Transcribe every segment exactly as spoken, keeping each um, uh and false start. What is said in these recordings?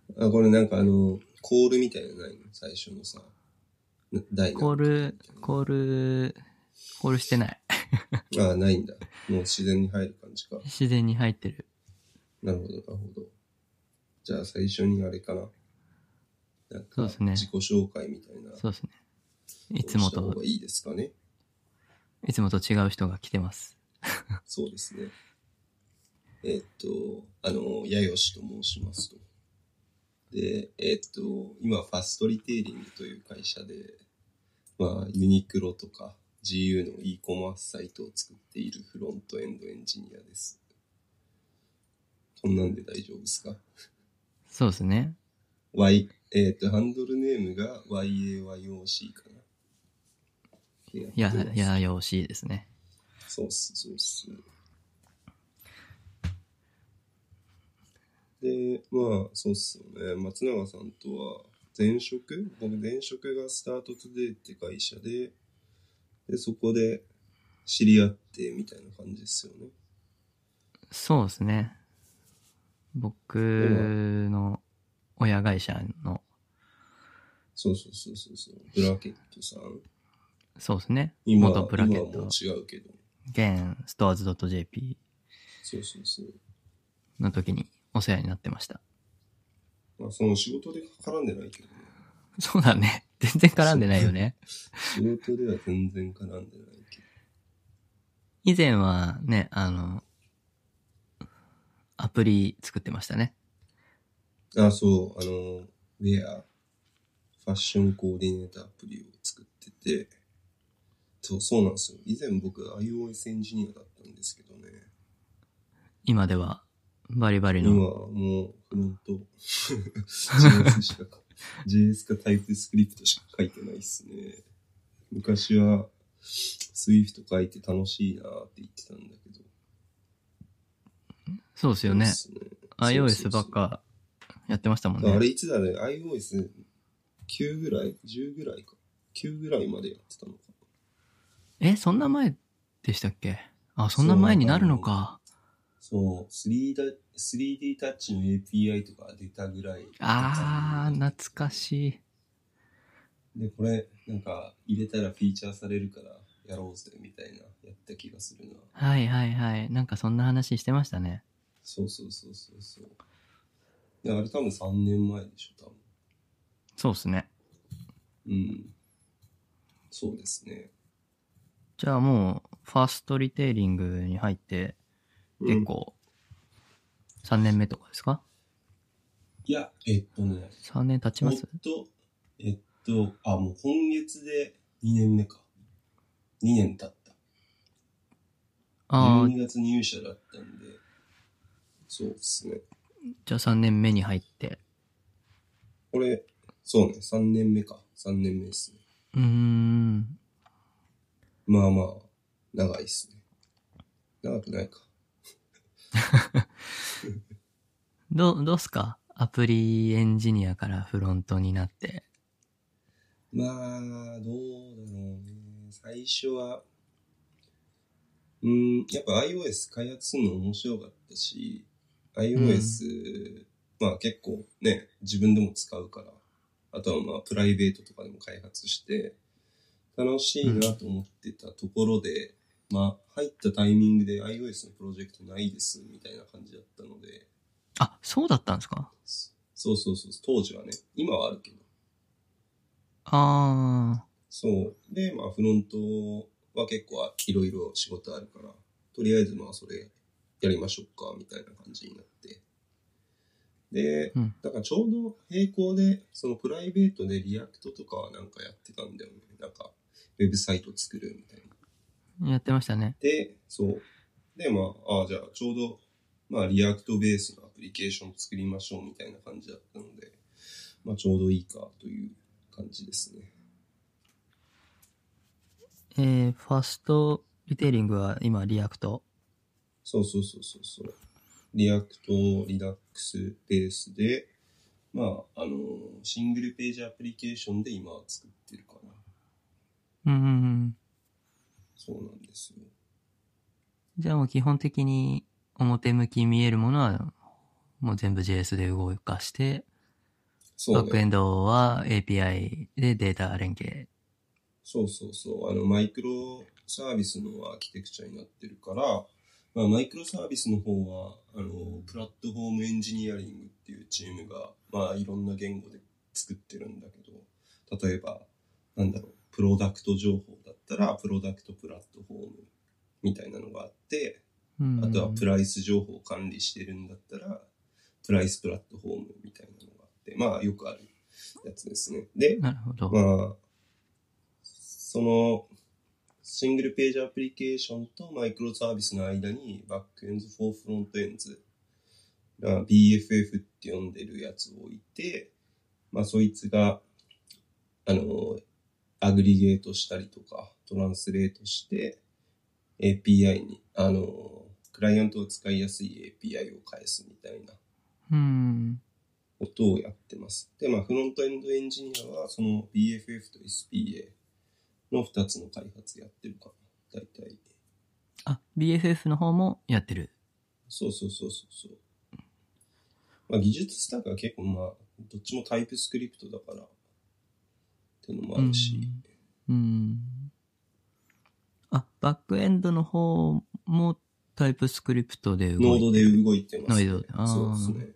あ、これなんかあの、コールみたいなのないの最初のさ。ダイナコール、コール、コールしてない。 ああ、ないんだ。もう自然に入る感じか。 自然に入ってる。 なるほど、なるほど。じゃあ最初にあれかな。なんか、 そうですね。 自己紹介みたいな。 そうですね。いつもと、 した方がいいですかね。 いつもと違う人が来てます。 そうですね。えーっと、あの、やよしと申しますと。で、えーっと、今、ファストリテイリングという会社で、まあ、ユニクロとか ジーユー の e コマースサイトを作っているフロントエンドエンジニアです。こんなんで大丈夫ですか？ そうですね。 Y、えっと、ハンドルネームが ワイエーワイオーシー かな。やや、 ってます。 やよしいですね。 そうっす、そうっす。で、まあ、そうっすよね。松永さんとは、前職僕、前職がスタートトゥデイって会社で、で、そこで知り合ってみたいな感じですよね。 そうですね。僕の親会社の、 そうそうそうそうそう。ブラケットさん。 そうですね。 今、 元ブラケット、 今はもう違うけど。 現ストアーズ .jp そうそうそう。 の時にお世話になってました。 まあ、その仕事で絡んでないけどね。 そうだね。全然絡んでないよね。 仕事では全然絡んでないけど。 以前はね、あの、アプリ作ってましたね。 あ、そう、あの、ウェア、ファッションコーディネーターアプリを作ってて、そう、そうなんですよ。以前僕 iOS エンジニアだったんですけどね。 今ではバリバリ今の。 はもうフロント、ジェイエス しか、ジェイエス かタイプスクリプトしか書いてないっすね。昔は Swift 書いて楽しいなーって言ってたんだけど。 そうですよね。 そうっすね。 iOS ばっかやってましたもんね。 あれいつだね、iOS きゅうぐらい ?じゅう ぐらいか。きゅうぐらいまでやってたのか。 え、そんな前でしたっけ？あ、そんな前になるのか。 そう、スリーディー スリーディー タッチの エーピーアイ とか出たぐらい。 あー、懐かしい。 で、これ、なんか、入れたらフィーチャーされるからやろうぜ、みたいな、やった気がするな。 はいはいはい。なんかそんな話してましたね。 そうそうそうそうそう。いや、あれ多分さんねんまえでしょ、多分。 そうですね。 うん。そうですね。 じゃあもう、ファーストリテイリングに入って、結構、さんねんめとかですか？ いや、えっとね、 さんねん経ちえっますと、えっと、あ、もう今月でにねんめか。にねん経った。じゅうああ、 にがつ入社だったんで、そうですね。 じゃあさんねんめに入って。 これ、そうね、さんねんめか。さんねんめですね。 うーん。 まあまあ、長いっすね。長くないか。 どう、どうすか？アプリエンジニアからフロントになって。 まあ、どうだろうね。最初は、うん、やっぱ iOS 開発するの面白かったし、iOS、まあ結構ね、自分でも使うから、あとはまあプライベートとかでも開発して、楽しいなと思ってたところで、まあ入ったタイミングで iOS のプロジェクトないですみたいな感じだったので、 あ、そうだったんですか？ そうそうそう、当時はね、今はあるけど。 あそう。で、まあフロントは結構いろいろ仕事あるから、とりあえずまあそれやりましょうか、みたいな感じになって。で、 ー。うん。 だからちょうど並行で、そのプライベートでリアクトとかはなんかやってたんだよね。なんか、ウェブサイト作るみたいな。 やってましたね。 で、そう。で、まあ、ああ、じゃあちょうど、まあ、リアクトベースのアプリケーション作りましょうみたいな感じだったので、まあ、ちょうどいいかという感じですね。 えー、ファーストリテイリングは今リアクト。 そうそうそうそうそう。リアクト、リダックスベースで、まあ、あの、シングルページアプリケーションで今は作ってるかな。 うんうんうん。 そうなんですよ。 じゃあもう基本的に表向き見えるものはもう全部 ジェイエス で動かして、 そうね。 バックエンドは エーピーアイ でデータ連携。 そうそうそう。あの、マイクロサービスのアーキテクチャになってるから、まあ、マイクロサービスの方は、あの、プラットフォームエンジニアリングっていうチームが、まあ、いろんな言語で作ってるんだけど、例えば、なんだろう、プロダクト情報だったら、プロダクトプラットフォームみたいなのがあって、あとはプライス情報を管理してるんだったら、プライスプラットフォームみたいなのがあって、まあ、よくあるやつですね。で、 なるほど。 まあ、その、シングルページアプリケーションとマイクロサービスの間にバックエンドフォーフロントエンズ、ビーエフエフ って呼んでるやつを置いて、まあそいつが、あの、アグリゲートしたりとか、トランスレートして、エーピーアイ に、あの、クライアントが使いやすい エーピーアイ を返すみたいなうんことをやってます。で、まあフロントエンドエンジニアはその ビーエフエフ と エスピーエー、のふたつの開発やってるかな、大体。 あ、ビーエフエフ の方もやってる。 そうそうそうそうそう。まあ技術スタックは結構まあ、どっちもタイプスクリプトだから、っていうのもあるし。 うん。うんあ、バックエンドの方もタイプスクリプトで動いてる。 ノードで動いてますね。 ノードで。あそうですね。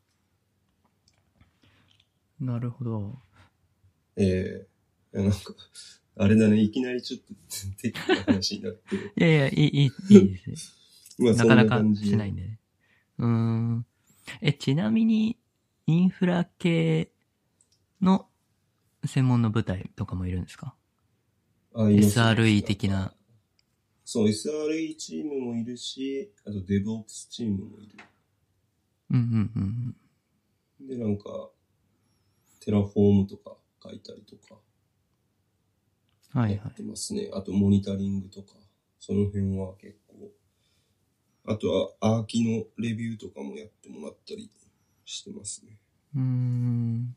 なるほど。 ええー、なんか、あれだね、いきなりちょっとテックな話になって。いやいや、いい、いい、いいですまあなかなかしないんでね。うーん。え、ちなみに、インフラ系の専門の部隊とかもいるんですか？ エスアールイー 的な。 そう、エスアールイー チームもいるし、あと DevOps チームもいる。 うんうんうんうん。で、なんか、テラフォームとか書いたりとか。 はいはい。 やってますね。あと、モニタリングとか、その辺は結構。あとは、アーキのレビューとかもやってもらったりしてますね。 うーん。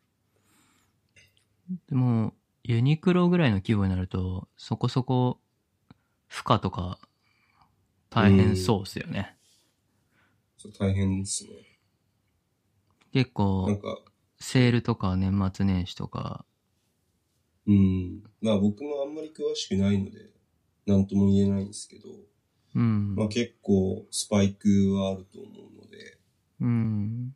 でも、ユニクロぐらいの規模になると、そこそこ、負荷とか、大変そうっすよね。 そう、大変ですね。 結構、 なんか、 セールとか年末年始とか。 うん。まあ僕もあんまり詳しくないので、なんとも言えないんですけど、 うん。 まあ結構スパイクはあると思うので、 うん。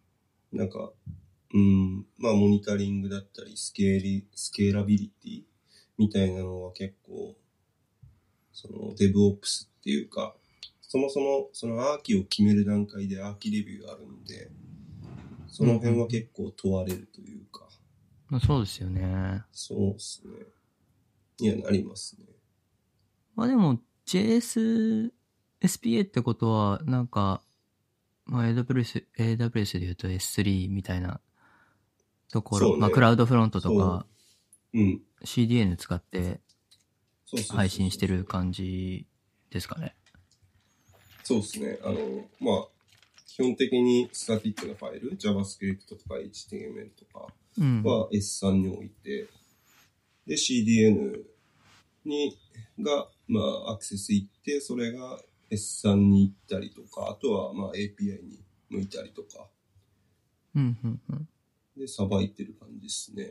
なんか、うん、まあモニタリングだったり、スケーリ、スケーラビリティみたいなのは結構、その DevOps っていうか、そもそもそのアーキを決める段階でアーキレビューがあるんで、その辺は結構問われるというか。 まあ、そうですよね。 そうですね。いや、なりますね。 まあでも、ジェイエス、エスピーエー ってことは、なんか、まあ エーダブリューエス、エーダブリューエス で言うと エススリー みたいなところ、ね、まあクラウドフロントとか、 うん、 シーディーエヌ 使って配信してる感じですかね。 そうですね。あの、まあ、基本的にスタティックなファイル、JavaScript とか エイチティーエムエル とかは エススリー に置いて、うん、で、シーディーエヌ に、が、まあ、アクセス行って、それが エススリー に行ったりとか、あとは、まあ、エーピーアイ に向いたりとか。 うんうんうん。 で、さばいてる感じですね。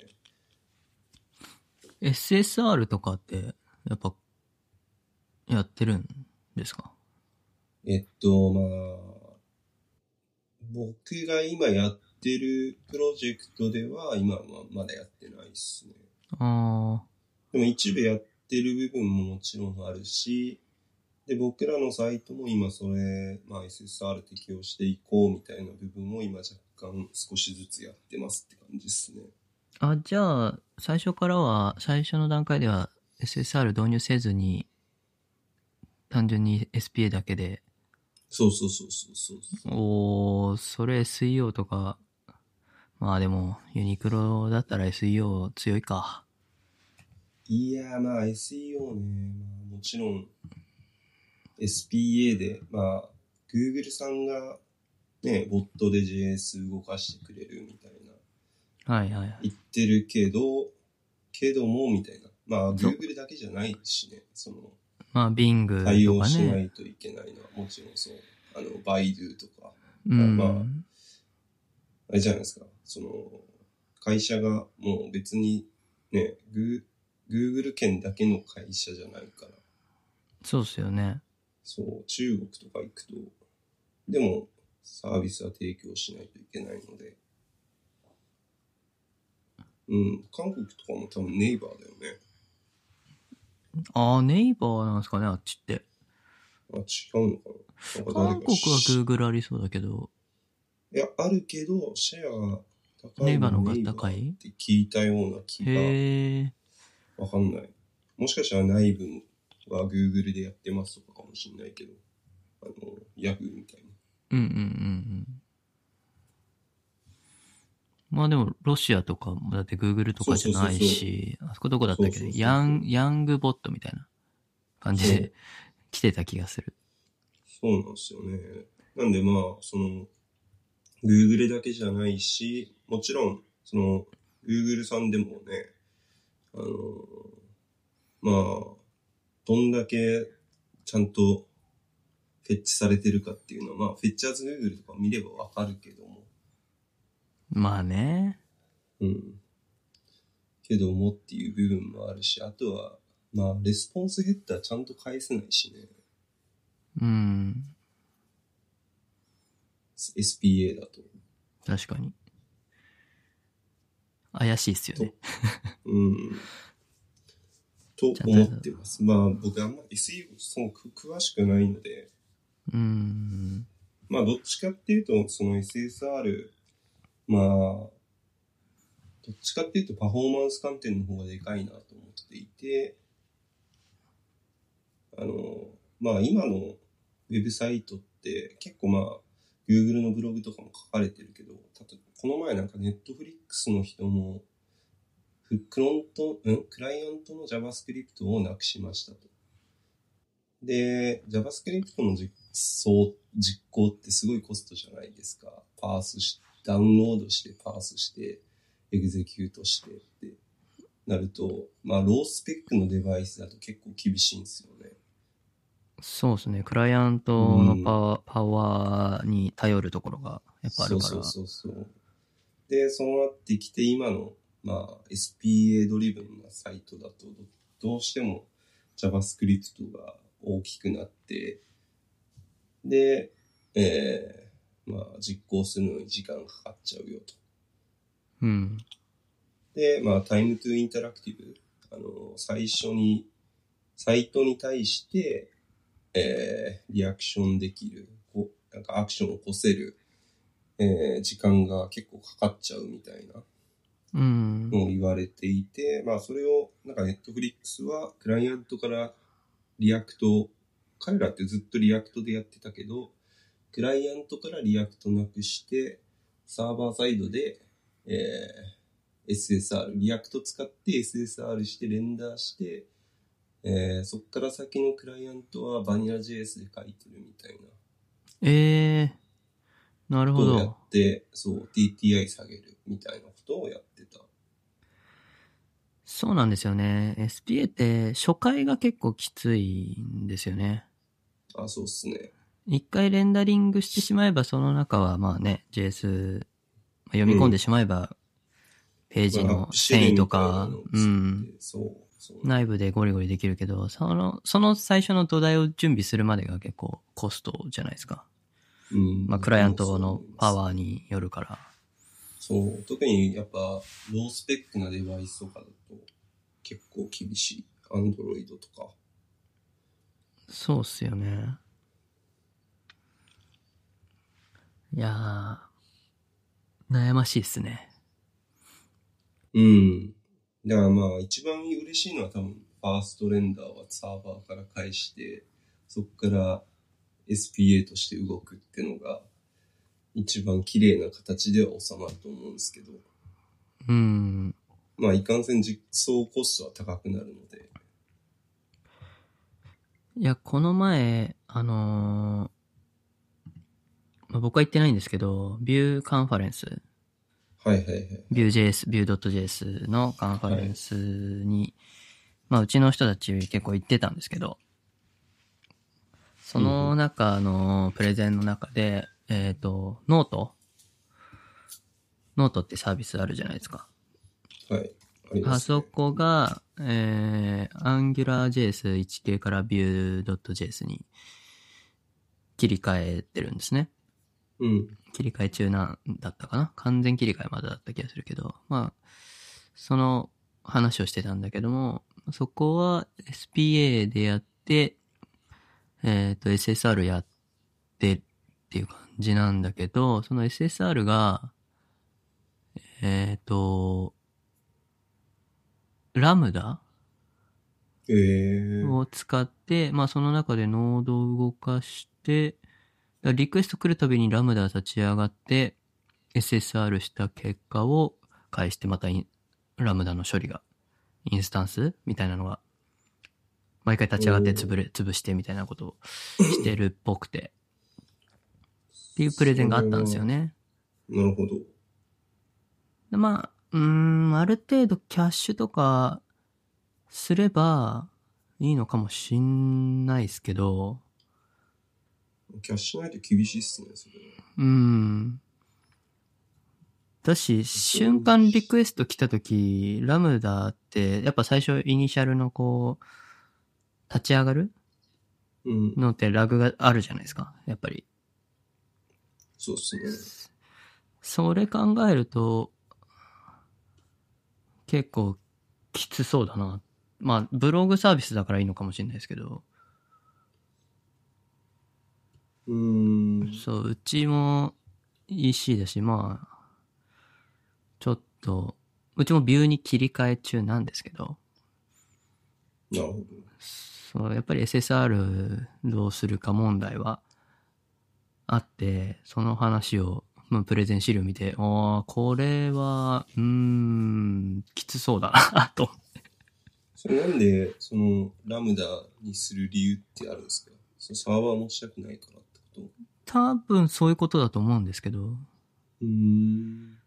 エスエスアール とかって、やっぱ、やってるんですか？ えっと、まあ、僕が今やってるプロジェクトでは、今はまだやってないですね。 ああ。 でも一部やってる部分ももちろんあるし、で、僕らのサイトも今それ、まあ エスエスアール 適用していこうみたいな部分も今若干少しずつやってますって感じですね。 あ、じゃあ、最初からは、最初の段階では エスエスアール 導入せずに、単純に エスピーエー だけで。 そうそうそうそうそうそう。 おー、それ エスイーオー とか、まあでも、ユニクロだったら エスイーオー 強いか。 いやーまあ エスイーオー ね、まあもちろん エスピーエー で、まあ Google さんがね、ボットで ジェイエス 動かしてくれるみたいな。 はいはいはい。 言ってるけど、けどもみたいな。まあ Google だけじゃないしね、その、 まあ Bing とかね。 対応しないといけないのはもちろんそう。あの、バイドゥとか。 うん。 まあ、あれじゃないですか。その、 会社がもう別にね、グー、Google 圏だけの会社じゃないから。 そうですよね。 そう、中国とか行くと、でもサービスは提供しないといけないので。うん、韓国とかも多分ネイバーだよね。 ああ、ネイバーなんですかね、あっちって。 あ、違うのかな。なんか誰か韓国は Google ありそうだけど。 いや、あるけど、シェアが高いのネイバーの方がはネイバー高い？ って聞いたような気が。 へえ。 わかんない。もしかしたら内部は Google でやってますとかかもしれないけど、あの、Yahoo みたいな。 うんうんうんうん。まあでも、ロシアとかもだって Google とかじゃないし、あそこどこだったっけね、ヤン、ヤングボットみたいな感じで来てた気がする。 そうなんですよね。なんでまあ、その、Google だけじゃないし、もちろん、その、Google さんでもね、あの、まあ、どんだけちゃんとフェッチされてるかっていうのは、まあ、フェッチャーズ Google とか見ればわかるけども。 まあね。 うん。けどもっていう部分もあるし、あとは、まあ、レスポンスヘッダーちゃんと返せないしね。 うん。 エスピーエー だと。 確かに。怪しいっすよね。 うん。と思ってます。まあ、僕あんま エスイーオー その詳しくないので、 うん。 まあ、どっちかっていうと、その エスエスアール、まあ、どっちかっていうとパフォーマンス観点の方がでかいなと思っていて、あの、まあ今のウェブサイトって結構まあ Google のブログとかも書かれてるけど、たとこの前なんか Netflix の人もフクロント、んクライアントの JavaScript をなくしましたと。で、JavaScript の実装、実行ってすごいコストじゃないですか。パースし、ダウンロードしてパースして、エグゼキュートしてってなると、まあロースペックのデバイスだと結構厳しいんですよね。 そうですね。クライアントのパワー、うん、パワーに頼るところがやっぱあるから。 そうそうそうそう。で、そうなってきて今の、まあ エスピーエー ドリブンなサイトだとどうしても JavaScript が大きくなって、で、えー、まあ実行するのに時間かかっちゃうよと。 うん。 で、まあタイムトゥインタラクティブ、あの、最初にサイトに対して、えー、リアクションできる、こうなんかアクションを起こせる、えー、時間が結構かかっちゃうみたいなのを言われていて、うん、まあそれをなんか Netflix はクライアントからリアクト、彼らってずっとリアクトでやってたけど、クライアントからリアクトなくしてサーバーサイドで、えー、エスエスアール、リアクト使って エスエスアール してレンダーして、えー、そっから先のクライアントはバニラ ジェイエス で書いてるみたいな。 えー、なるほど。 をやって、そう、ティーティーアイ 下げるみたいなことをやってた。 そうなんですよね。エスピーエー って初回が結構きついんですよね。 あ、そうっすね。 一回レンダリングしてしまえばその中はまあね、ジェイエス、読み込んでしまえば、ページの遷移とか、うん。 そう内部でゴリゴリできるけど、その、その最初の土台を準備するまでが結構コストじゃないですか。 うん。 まあ、クライアントのパワーによるから。 そう。特にやっぱ、ロースペックなデバイスとかだと結構厳しい。アンドロイドとか。 そうっすよね。いやー、悩ましいっすね。 うん。だからまあ、一番嬉しいのは多分、ファーストレンダーはサーバーから返して、そこから エスピーエー として動くってのが、一番綺麗な形では収まると思うんですけど。 うん。 まあ、いかんせん実装コストは高くなるので。 いや、この前、あのーまあ、僕は行ってないんですけど、ビューカンファレンス。 はいはいはい。 ビュー ジェイエス、ビュー ドット ジェイエス のカンファレンスに、はい、まあ、うちの人たち結構行ってたんですけど、その中のプレゼンの中で、えっと、ノートノートってサービスあるじゃないですか。 はい。ありますね。 あそこが、えー、AngularJS いち系から Vue.js に切り替えてるんですね。 うん。 切り替え中なんだったかな、完全切り替えまでだった気がするけど、まあ、その話をしてたんだけども、そこは エスピーエー でやって、えっと、エスエスアール やってっていう感じなんだけど、その エスエスアール が、えっと、ラムダえー。 を使って、まあその中でノードを動かして、リクエスト来るたびにラムダ立ち上がって、エスエスアール した結果を返して、またインラムダの処理が、インスタンスみたいなのが、毎回立ち上がって潰れ、潰してみたいなことをしてるっぽくて、っていうプレゼンがあったんですよね。 なるほど。 でまあ、うーん、ある程度キャッシュとかすればいいのかもしんないですけど、 キャッシュないと厳しいっすね、それは。 うーん。だし、瞬間リクエスト来たとき、ラムダって、やっぱ最初イニシャルのこう、立ち上がるうん。 のってラグがあるじゃないですか、やっぱり。 そうっすね。 それ考えると、結構きつそうだな。まあ、ブログサービスだからいいのかもしれないですけど、 うーん。 そう、うちも イーシー だし、まあ、ちょっと、うちもビューに切り替え中なんですけど、 なるほど。 そう、やっぱり エスエスアール どうするか問題はあって、その話を、まあプレゼン資料見て、ああ、これは、うーん、きつそうだな、と。 それなんで、その、ラムダにする理由ってあるんですか？そのサーバー持ちたくないからってこと？ 多分そういうことだと思うんですけど、 うーん。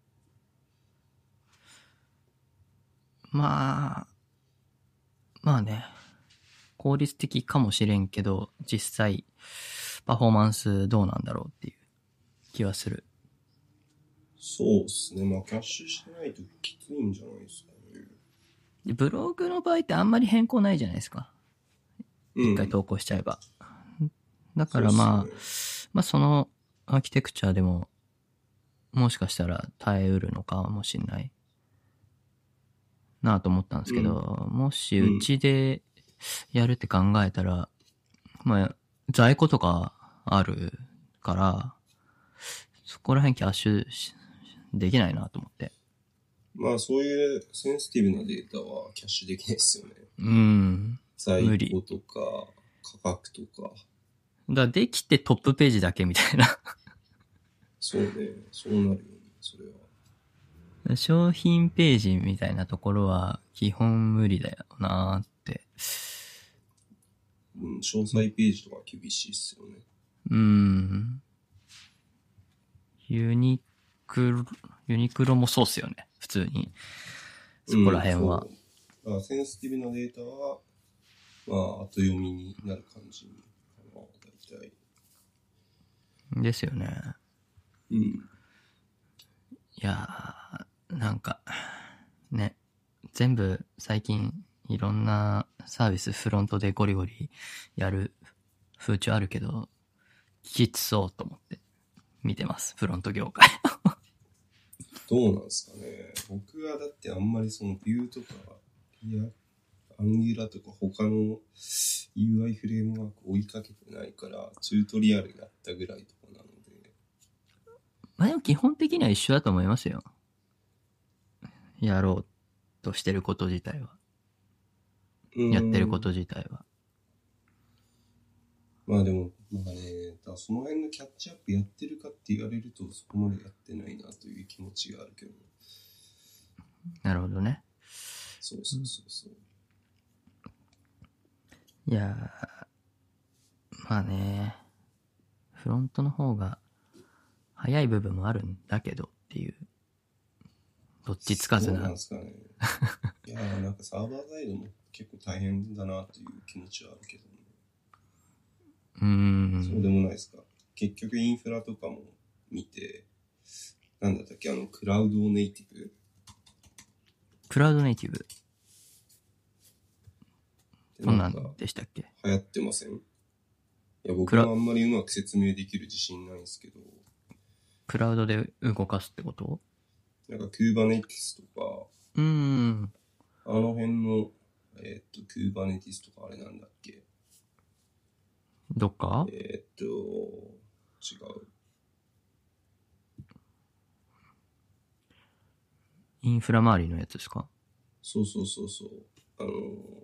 まあ、まあね、効率的かもしれんけど、実際、パフォーマンスどうなんだろうっていう気はする。 そうっすね。まあ、キャッシュしてないときついんじゃないですかね。 でブログの場合ってあんまり変更ないじゃないですか。 うん。 一回投稿しちゃえば。だからまあ、 そうっすね。 まあそのアーキテクチャでも、もしかしたら耐えうるのかもしれないなと思ったんですけど、もしうちでやるって考えたら、まあ、在庫とかあるから、そこら辺キャッシュしできないなと思って。 まあ、そういうセンシティブなデータはキャッシュできないですよね。 うん。 在無理庫とか、価格とか。 だからできてトップページだけみたいな。 そうね。そうなるよね。それは。 商品ページみたいなところは基本無理だよなーって。 うん、詳細ページとか厳しいっすよね。 うーん。ユニクロ、ユニクロもそうっすよね。普通に。そこら辺は。 うん、そう。センシティブなデータは、まあ、後読みになる感じかな、大体。 ですよね。 うん。 いやー、なんか、ね。全部最近いろんなサービスフロントでゴリゴリやる風潮あるけど、きつそうと思って見てます。フロント業界。 どうなんですかね。僕はだってあんまりそのビューとか、いや、アンギュラとか他の ユーアイ フレームワーク追いかけてないから、チュートリアルやったぐらいとかなので。 まあでも基本的には一緒だと思いますよ。やろうとしてること自体は。やってること自体は。 まあでも、まあね、だその辺のキャッチアップやってるかって言われるとそこまでやってないなという気持ちがあるけど。 なるほどね。 そうそうそうそう。 いやー、まあね、フロントの方が早い部分もあるんだけどっていう、どっちつかずな。 そうなんですかね。いやーなんかサーバーサイドも結構大変だなという気持ちはあるけどね。 うーん。 そうでもないですか。結局インフラとかも見て、 なんだったっけ、あの、クラウドネイティブクラウドネイティブ。どんななんかんでしたっけ？ 流行ってません？いや、僕はあんまりうまく説明できる自信ないんですけど。 クラウドで動かすってこと？ なんか Kubernetes とか、 うーん。 あの辺の、えーっと、Kubernetes とかあれなんだっけ？ どっか？ えーっと、違う。 インフラ周りのやつですか？ そうそうそうそう。あのー、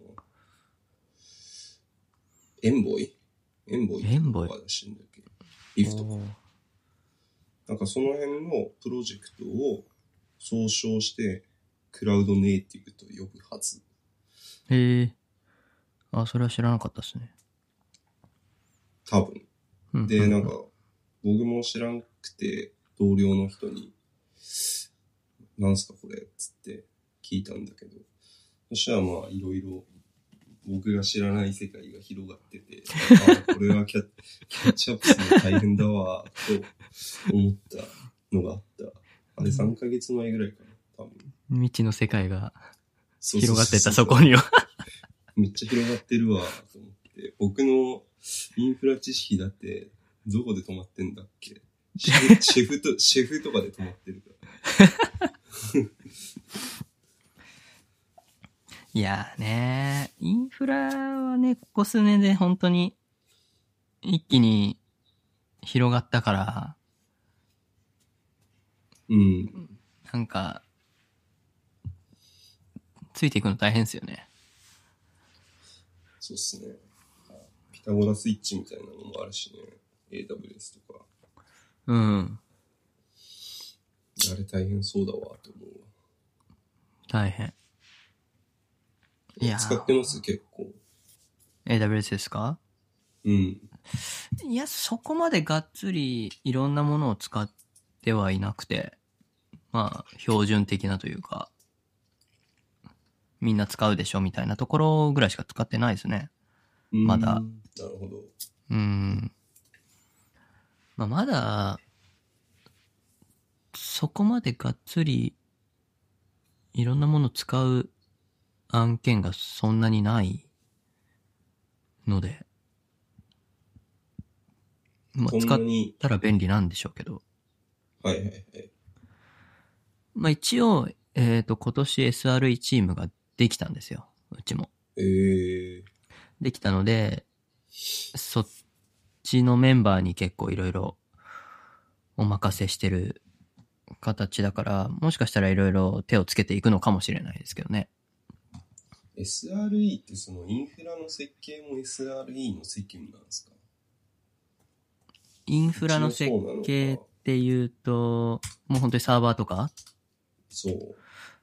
エンボイエンボイエンボイとか出してんだっけ？リフトか。 おーなんかその辺のプロジェクトを総称してクラウドネイティブと呼ぶはず。 へえ。あ、それは知らなかったですね。 多分。 うんで、なんか、僕も知らんくて、同僚の人に、なんすかこれつって聞いたんだけど、そしたらまあ、いろいろ、僕が知らない世界が広がってて、あ、これはキャッ、キャッチアップするの大変だわ、と思ったのがあった。あれさんかげつまえぐらいかな、多分。 未知の世界がそうそうそうそう広がってった、そこには。 めっちゃ広がってるわ、と思って。僕のインフラ知識だって、どこで止まってんだっけ？シェフ、シェフと、シェフとかで止まってるから。 いやーねー、インフラはね、ここ数年で本当に一気に広がったから、 うん。 なんか、ついていくの大変ですよね。 そうっすね。ピタゴラスイッチみたいなのもあるしね。エーダブリュエス とか。 うん。 あれ大変そうだわ、と思うわ。 大変。いやー使ってます結構。 エーダブリュエス ですか？ うん。 いや、そこまでがっつりいろんなものを使ってはいなくて、まあ、標準的なというか、みんな使うでしょみたいなところぐらいしか使ってないですね。まだ。 なるほど。 うーん。まあ、まだ、そこまでがっつりいろんなものを使う案件がそんなにないので、まあ、使ったら便利なんでしょうけど。 はいはいはい。 まあ一応、えっと、今年 エスアールイー チームができたんですよ。うちも。 えー。 できたので、そっちのメンバーに結構いろいろお任せしてる形だから、もしかしたらいろいろ手をつけていくのかもしれないですけどね。 エスアールイー ってそのインフラの設計も エスアールイー の責務なんですか？ インフラの設計っていうと、もう本当にサーバーとか？ そう。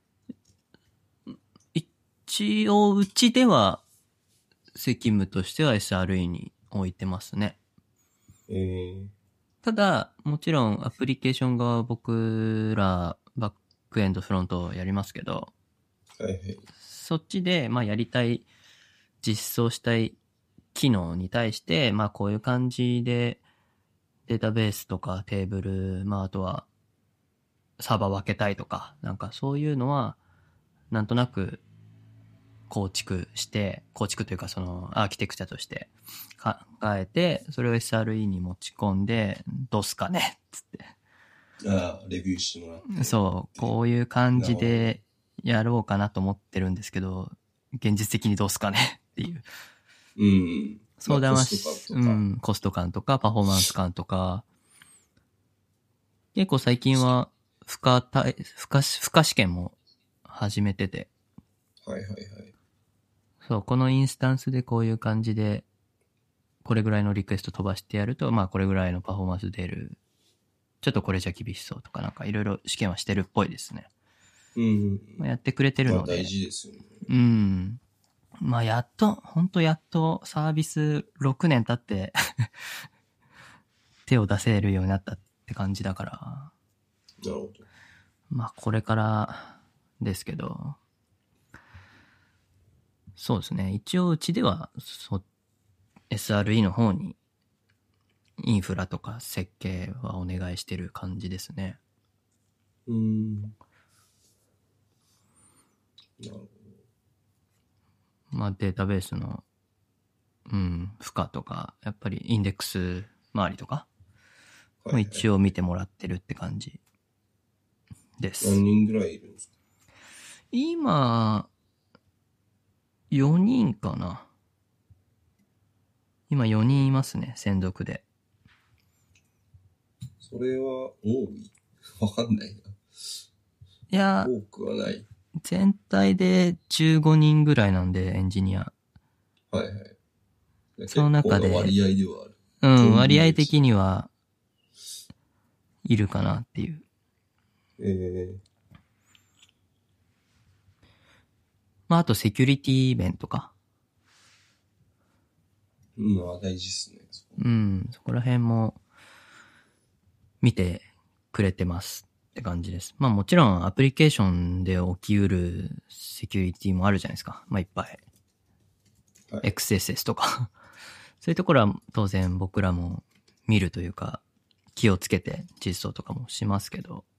一応、うちでは責務としては エスアールイー に置いてますね。 えー、 ただ、もちろんアプリケーション側僕らバックエンドフロントやりますけど、 はいはい、 そっちで、まあやりたい、実装したい機能に対して、まあこういう感じでデータベースとかテーブル、まああとはサーバー分けたいとか、なんかそういうのは、なんとなく構築して、構築というかそのアーキテクチャとして考えて、それを エスアールイー に持ち込んで、どうすかねっつって。 ああ、レビューしてもらって。 そう、こういう感じでやろうかなと思ってるんですけど、現実的にどうすかねっていう。 うん。 相談は、 まあ、コスト感とか。 うん、コスト感とか、パフォーマンス感とか、結構最近は、負荷対、負荷、負荷試験も始めてて。 はいはいはい。 そう、このインスタンスでこういう感じで、これぐらいのリクエスト飛ばしてやると、まあこれぐらいのパフォーマンス出る。ちょっとこれじゃ厳しそうとかなんかいろいろ試験はしてるっぽいですね。 うん。 まあ、やってくれてるので。 まあ大事ですよね。 うん。まあやっと、ほんとやっとサービスろくねん経って手を出せるようになったって感じだから。 なるほど。 まあこれからですけど。そうですね。一応うちではそ エスアールイー の方にインフラとか設計はお願いしてる感じですね。 うーん。なるほど。 まあデータベースの、うん、負荷とか、やっぱりインデックス周りとか、 はいはい、 一応見てもらってるって感じです。 何人ぐらいいるんですか？ 今、よにんかな。今よにんいますね、専属で。 それは多い？わかんないな。いや、 多くはない。 全体でじゅうごにんぐらいなんで、エンジニア。 はいはい。 その中で、 結構な割合ではある。 うん、割合的には、いるかなっていう。 えー、 まあ、あとセキュリティ面とか。 まあ大事っすね。 うん、そこら辺も見てくれてますって感じです。まあもちろんアプリケーションで起きうるセキュリティもあるじゃないですか。まあいっぱい。 はい、 エックスエスエス とか。そういうところは当然僕らも見るというか、気をつけて実装とかもしますけど、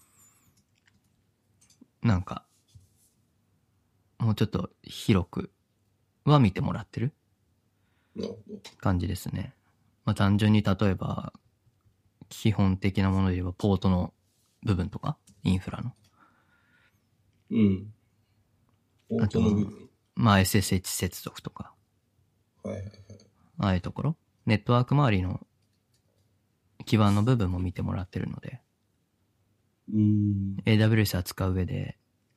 なんか、もうちょっと広くは見てもらってるなるほど。 感じですね。まあ単純に例えば、基本的なもので言えばポートの部分とか、インフラの。 うん。ポートの部分。 まあ エスエスエイチ 接続とか。 はいはいはい。 ああいうところ。ネットワーク周りの基盤の部分も見てもらってるので。 うーん。 エーダブリューエス 扱う上で、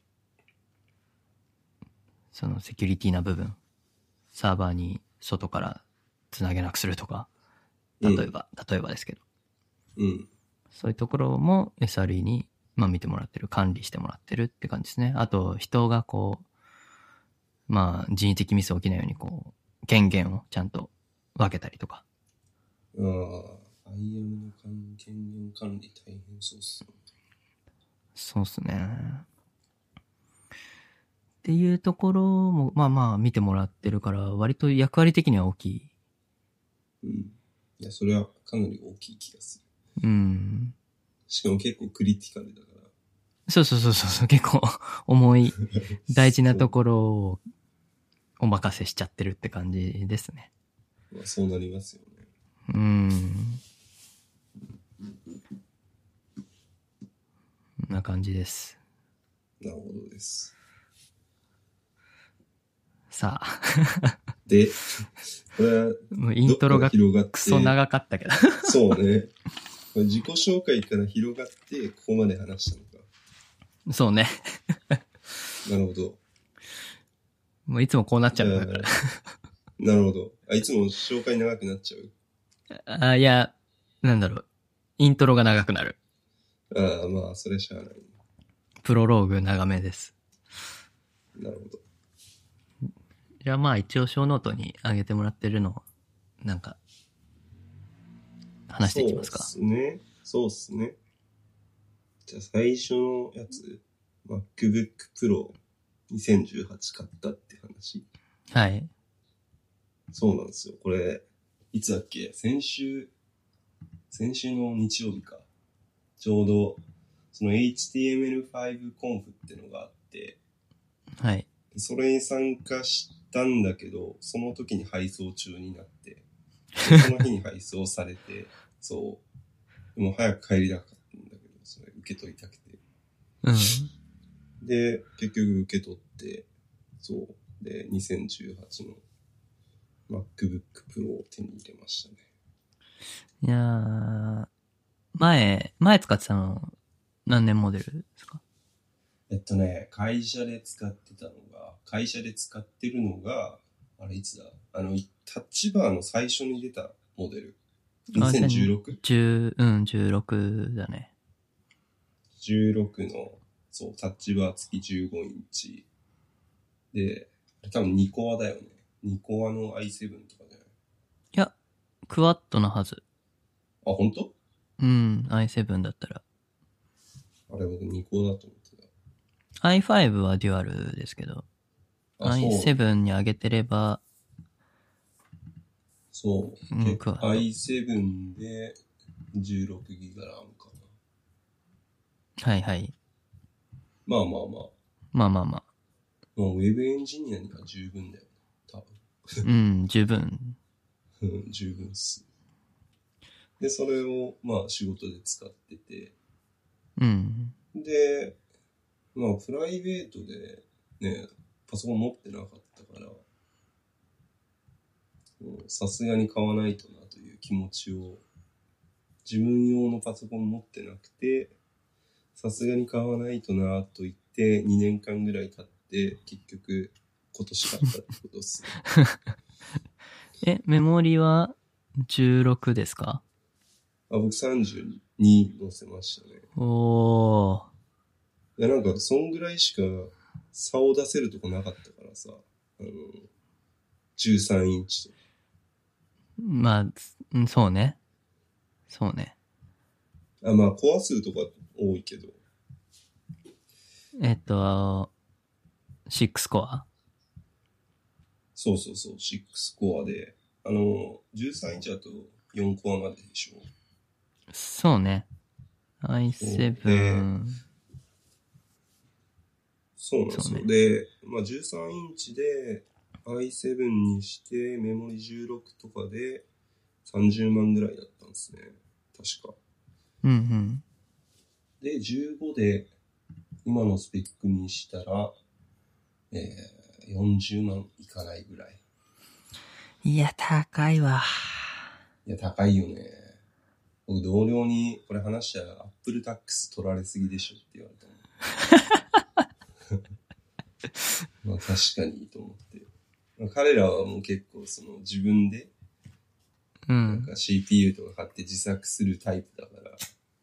そのセキュリティな部分。サーバーに外から繋げなくするとか。例えば、うん、例えばですけど。 うん。 そういうところも エスアールイー に、まあ見てもらってる、管理してもらってるって感じですね。あと、人がこう、まあ人為的ミス起きないようにこう、権限をちゃんと分けたりとか。 ああ、アイアム の権限管理大変そうっすね。 そうっすね。っていうところも、まあまあ見てもらってるから、割と役割的には大きい。 うん。いや、それはかなり大きい気がする。うん。 しかも結構クリティカルだから。 そうそうそうそう、結構重い、大事なところをお任せしちゃってるって感じですね。 まあそうなりますよね。 うん。こんな感じです。 なるほどです。 さあ。 で、これは、 もうイントロがクソ長かったけど。 そうね。自己紹介から広がって、ここまで話したのか。 そうね。 なるほど。 もういつもこうなっちゃうんだから。 なるほど。あ、いつも紹介長くなっちゃう？ あ、いや、なんだろう。イントロが長くなる。 ああ、まあ、それしゃあない。 プロローグ長めです。 なるほど。 じゃあまあ一応小ノートに上げてもらってるのを、なんか、話していきますか。 そうっすね。そうっすね。じゃあ最初のやつ、MacBook Pro にせんじゅうはち買ったって話。 はい。 そうなんですよ。これ、いつだっけ？先週、先週の日曜日か。ちょうど、その エイチティーエムエルファイブ コンフってのがあって、 はい。 それに参加したんだけど、その時に配送中になって、その日に配送されて、そう。でも早く帰りたかったんだけど、それ受け取りたくて。 うん。 で、結局受け取って、そう。で、にせんじゅうはちの MacBook Pro を手に入れましたね。 いやー、前、前使ってたの何年モデルですか？ えっとね、会社で使ってたのが、会社で使ってるのが、あれいつだ？あの、タッチバーの最初に出たモデル。にせんじゅうろく？ じゅう、うん、じゅうろくだね。 じゅうろくの、そう、タッチバー付きじゅうごインチ。で、多分にコアだよね。にコアの アイセブン とかじゃない？ いや、クワッドのはず。 あ、本当？ うん、アイセブン だったら。 あれ僕にコアだと思ってた。 アイファイブ はデュアルですけど、アイセブン に上げてれば、 そう。 うん、 結構 アイセブン でじゅうろくギガラムかな。 はいはい。 まあまあまあ。 まあまあまあ。 まあ、ウェブエンジニアには十分だよ。多分。 うん、十分。 うん、十分っす。で、それを、まあ、仕事で使ってて。 うん。 で、まあ、プライベートで、ね、パソコン持ってなかったから、さすがに買わないとなという気持ちを、自分用のパソコン持ってなくて、さすがに買わないとなと言ってにねんかんぐらい経って結局今年買ったってことですね。 え、メモリはじゅうろくですか？ あ、僕さんじゅうに載せましたね。 おー。 いやなんかそんぐらいしか差を出せるとこなかったからさ、あのじゅうさんインチと。 まあ、うんそうね。そうね。 あ、まあコア数とか多いけど。 えっと、ろくコア？ そうそうそう、ろくコアで、あのじゅうさんインチだとよんコアまででしょ。 そうね。 そうアイセブン。 そうなんですよ。 ね、 で、まあ、じゅうさんインチで アイセブン にしてメモリじゅうろくとかでさんじゅうまんぐらいだったんですね。確か。 うんうん。 で、じゅうごで今のスペックにしたら、えー、よんじゅうまんいかないぐらい。 いや、高いわ。 いや、高いよね。僕、同僚にこれ話したら、アップルタックス取られすぎでしょって言われたの。まあ、確かにと思って。まあ、彼らはもう結構その自分で、なんか シーピーユー とか買って自作するタイプだから、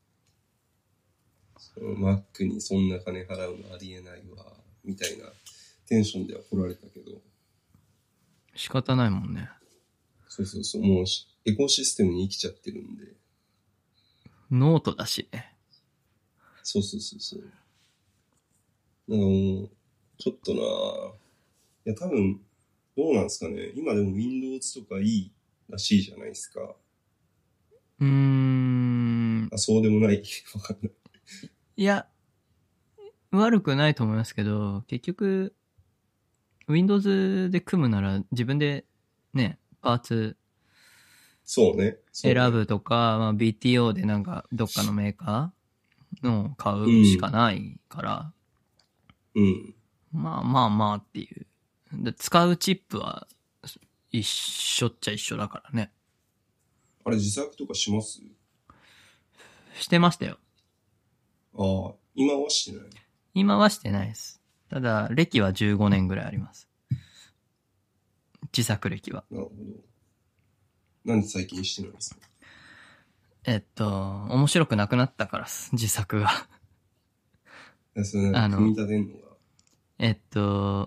その Mac にそんな金払うのありえないわ、みたいなテンションでは来られたけど。 仕方ないもんね。 そうそうそう、もうエコシステムに生きちゃってるんで。 ノートだしね。 そうそうそうそう。なんかもう、ちょっとなぁ。いや、多分、どうなんですかね。今でも Windows とかいいらしいじゃないですか。 うーん。 あ、そうでもない。わかんない。 いや、悪くないと思いますけど、結局、Windows で組むなら自分でね、パーツそうね。そうね選ぶとか、まあ、ビーティーオー でなんかどっかのメーカーのを買うしかないから、 うん。うん。 まあまあまあっていう。で使うチップは一緒っちゃ一緒だからね。 あれ自作とかします？ してましたよ。 ああ、今はしてない。 今はしてないです。ただ、歴はじゅうごねんぐらいあります。自作歴は。 なるほど。なんで最近してないんですか？ えっと、面白くなくなったからす、自作が。 それなんか組み立てんのが。 えっと、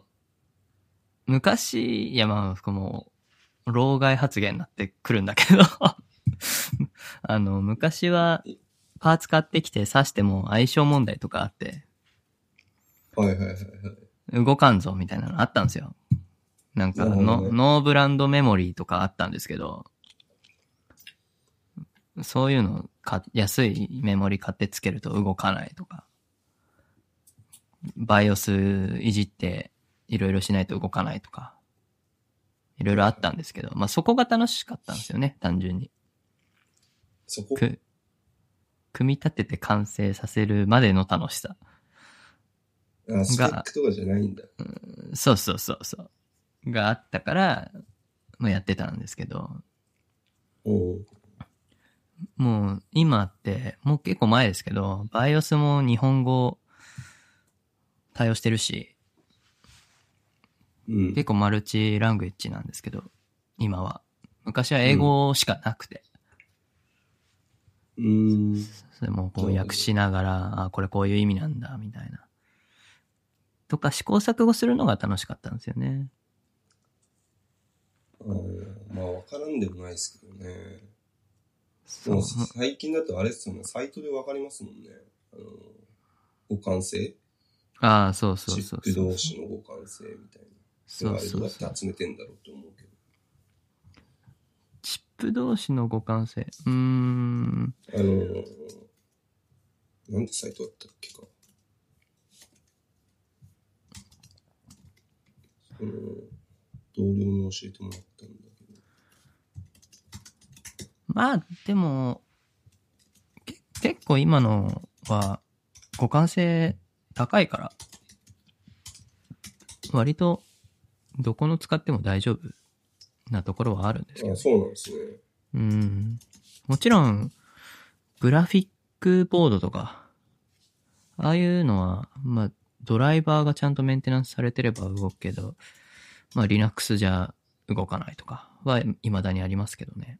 昔、いやまあ、もう、老害発言になってくるんだけどあの、昔は、パーツ買ってきて挿しても相性問題とかあって、 はいはいはいはい。 動かんぞみたいなのあったんですよ。なんかの、 ね、 ノーブランドメモリーとかあったんですけど、そういうのか、安いメモリ買ってつけると動かないとか、バイオスいじっていろいろしないと動かないとか、いろいろあったんですけど、まあそこが楽しかったんですよね、単純に。 そこく、組み立てて完成させるまでの楽しさ。 あ、スペックとかじゃないんだ。 うん、そうそうそうそう。があったから、まあ、やってたんですけど、 おもう今って、もう結構前ですけど、バイオスも日本語対応してるし、 うん、 結構マルチラングエッジなんですけど、今は。昔は英語しかなくて。 うん。うーん。 それもこう訳しながら、あ、これこういう意味なんだ、みたいな。とか試行錯誤するのが楽しかったんですよね。 あまあ、わからんでもないですけどね。もう最近だとあれっすよね、サイトでわかりますもんね。あの、互換性ああ、そうそうそうそう。 チップ同士の互換性みたいな。 そうそうそう。 あれどうやって集めてんだろうって思うけど。 チップ同士の互換性。うーん。 あの、 なんてサイトだったっけか。その、同僚に教えてもらったんだけど。 まあ、でも、け結構今のは互換性高いから、割とどこの使っても大丈夫なところはあるんですけど、ね。 あ、そうなんですね。 うん。もちろん、グラフィックボードとか、ああいうのは、まあ、ドライバーがちゃんとメンテナンスされてれば動くけど、まあ、Linux じゃ動かないとかは未だにありますけどね。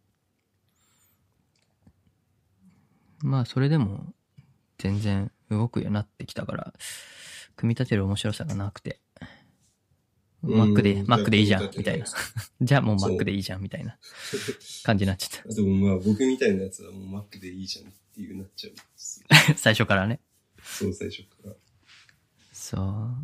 まあ、それでも、全然動くようになってきたから、組み立てる面白さがなくて、Mac で、Mac でいいじゃん、みたいな。じゃあもう Mac でいいじゃん、みたいな感じになっちゃった。 でもまあ、僕みたいなやつはもう Mac でいいじゃんっていうなっちゃうんです。 最初からね。 そう、最初から。 そう。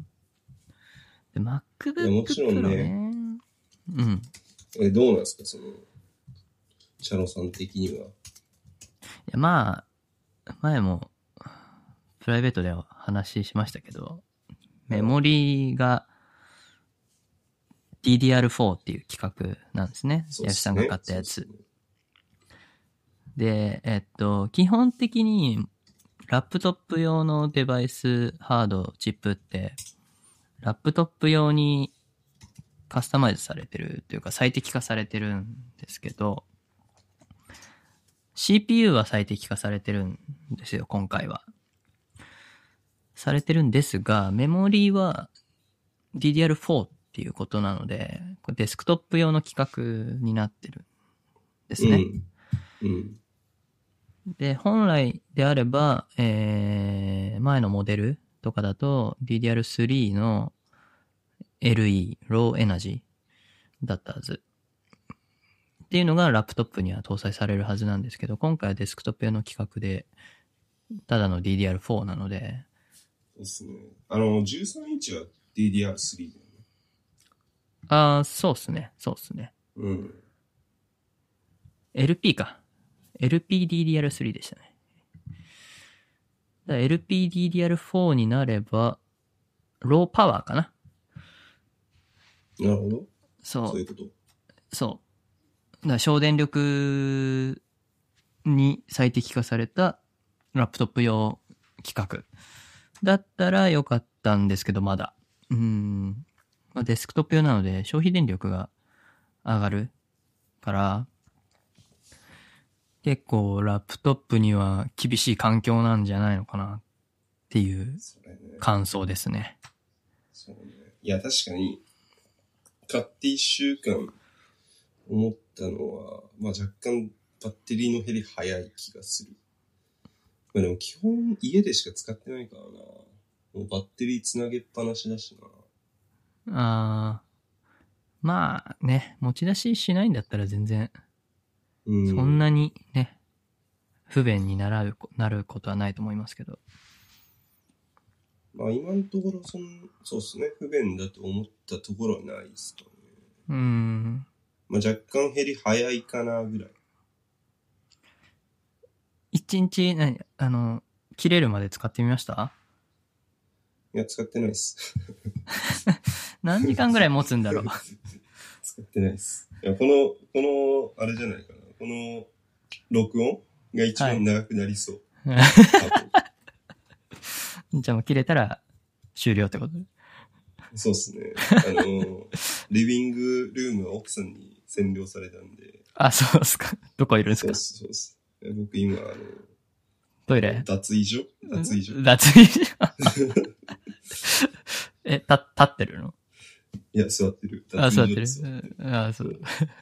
で、MacBook もちろん Pro ね。 ね。うん。 え、どうなんですか、その、チャロさん的には。 いや、まあ、前も、プライベートでは話しましたけど、メモリーが ディーディーアールフォー っていう企画なんですね。 そうですね。 ヤシさんが買ったやつ。で、えっと、基本的に、ラップトップ用のデバイス、ハード、チップって、ラップトップ用にカスタマイズされてるというか最適化されてるんですけど、シーピーユー は最適化されてるんですよ、今回は。されてるんですが、メモリーは ディーディーアールフォー っていうことなので、これデスクトップ用の規格になってるんですね。 うん。うん、 で、本来であれば、えー、前のモデルとかだと ディーディーアールスリー の エルイー、ローエナジーだったはず。っていうのがラップトップには搭載されるはずなんですけど、今回はデスクトップ用の規格で、ただの ディーディーアールフォー なので。 そうですね。あの、じゅうさんインチは ディーディーアールスリー だよね。 ああ、そうっすね。そうっすね。 うん。 エルピー か。エルピーディーディーアールスリー でしたね。だ エルピーディーディーアールフォー になれば、ローパワーかな。 なるほど。 そう。 そういうこと。 そう。だから省電力に最適化されたラップトップ用規格だったらよかったんですけど、まだ。うーん。まあ、デスクトップ用なので消費電力が上がるから、結構ラップトップには厳しい環境なんじゃないのかなっていう感想ですね。 そうね。いや、確かに、買って一週間思ったのは、まあ若干バッテリーの減り早い気がする。まあでも基本家でしか使ってないからな。もうバッテリーつなげっぱなしだしな。 あー、まあね、持ち出ししないんだったら全然、そんなにね、不便になる、なることはないと思いますけど。 まあ今のところそん、そうですね、不便だと思ったところはないですかね。 うーん。 まあ若干減り早いかなぐらい。 一日、何、あの、切れるまで使ってみました？ いや、使ってないです。 何時間ぐらい持つんだろう。 使ってないです。いや、この、この、あれじゃないかな。この、録音が一番長くなりそう。はい、 じゃあもう切れたら終了ってこと？ そうですね。あの、リビングルームは奥さんに占領されたんで。 あ、そうですか。どこいるんですか？ そうです、そうです。僕今、あの、 トイレ？ 脱衣所脱衣所脱衣所え、た、立ってるの？ いや、座ってる。 あ、座ってる。あ、そう。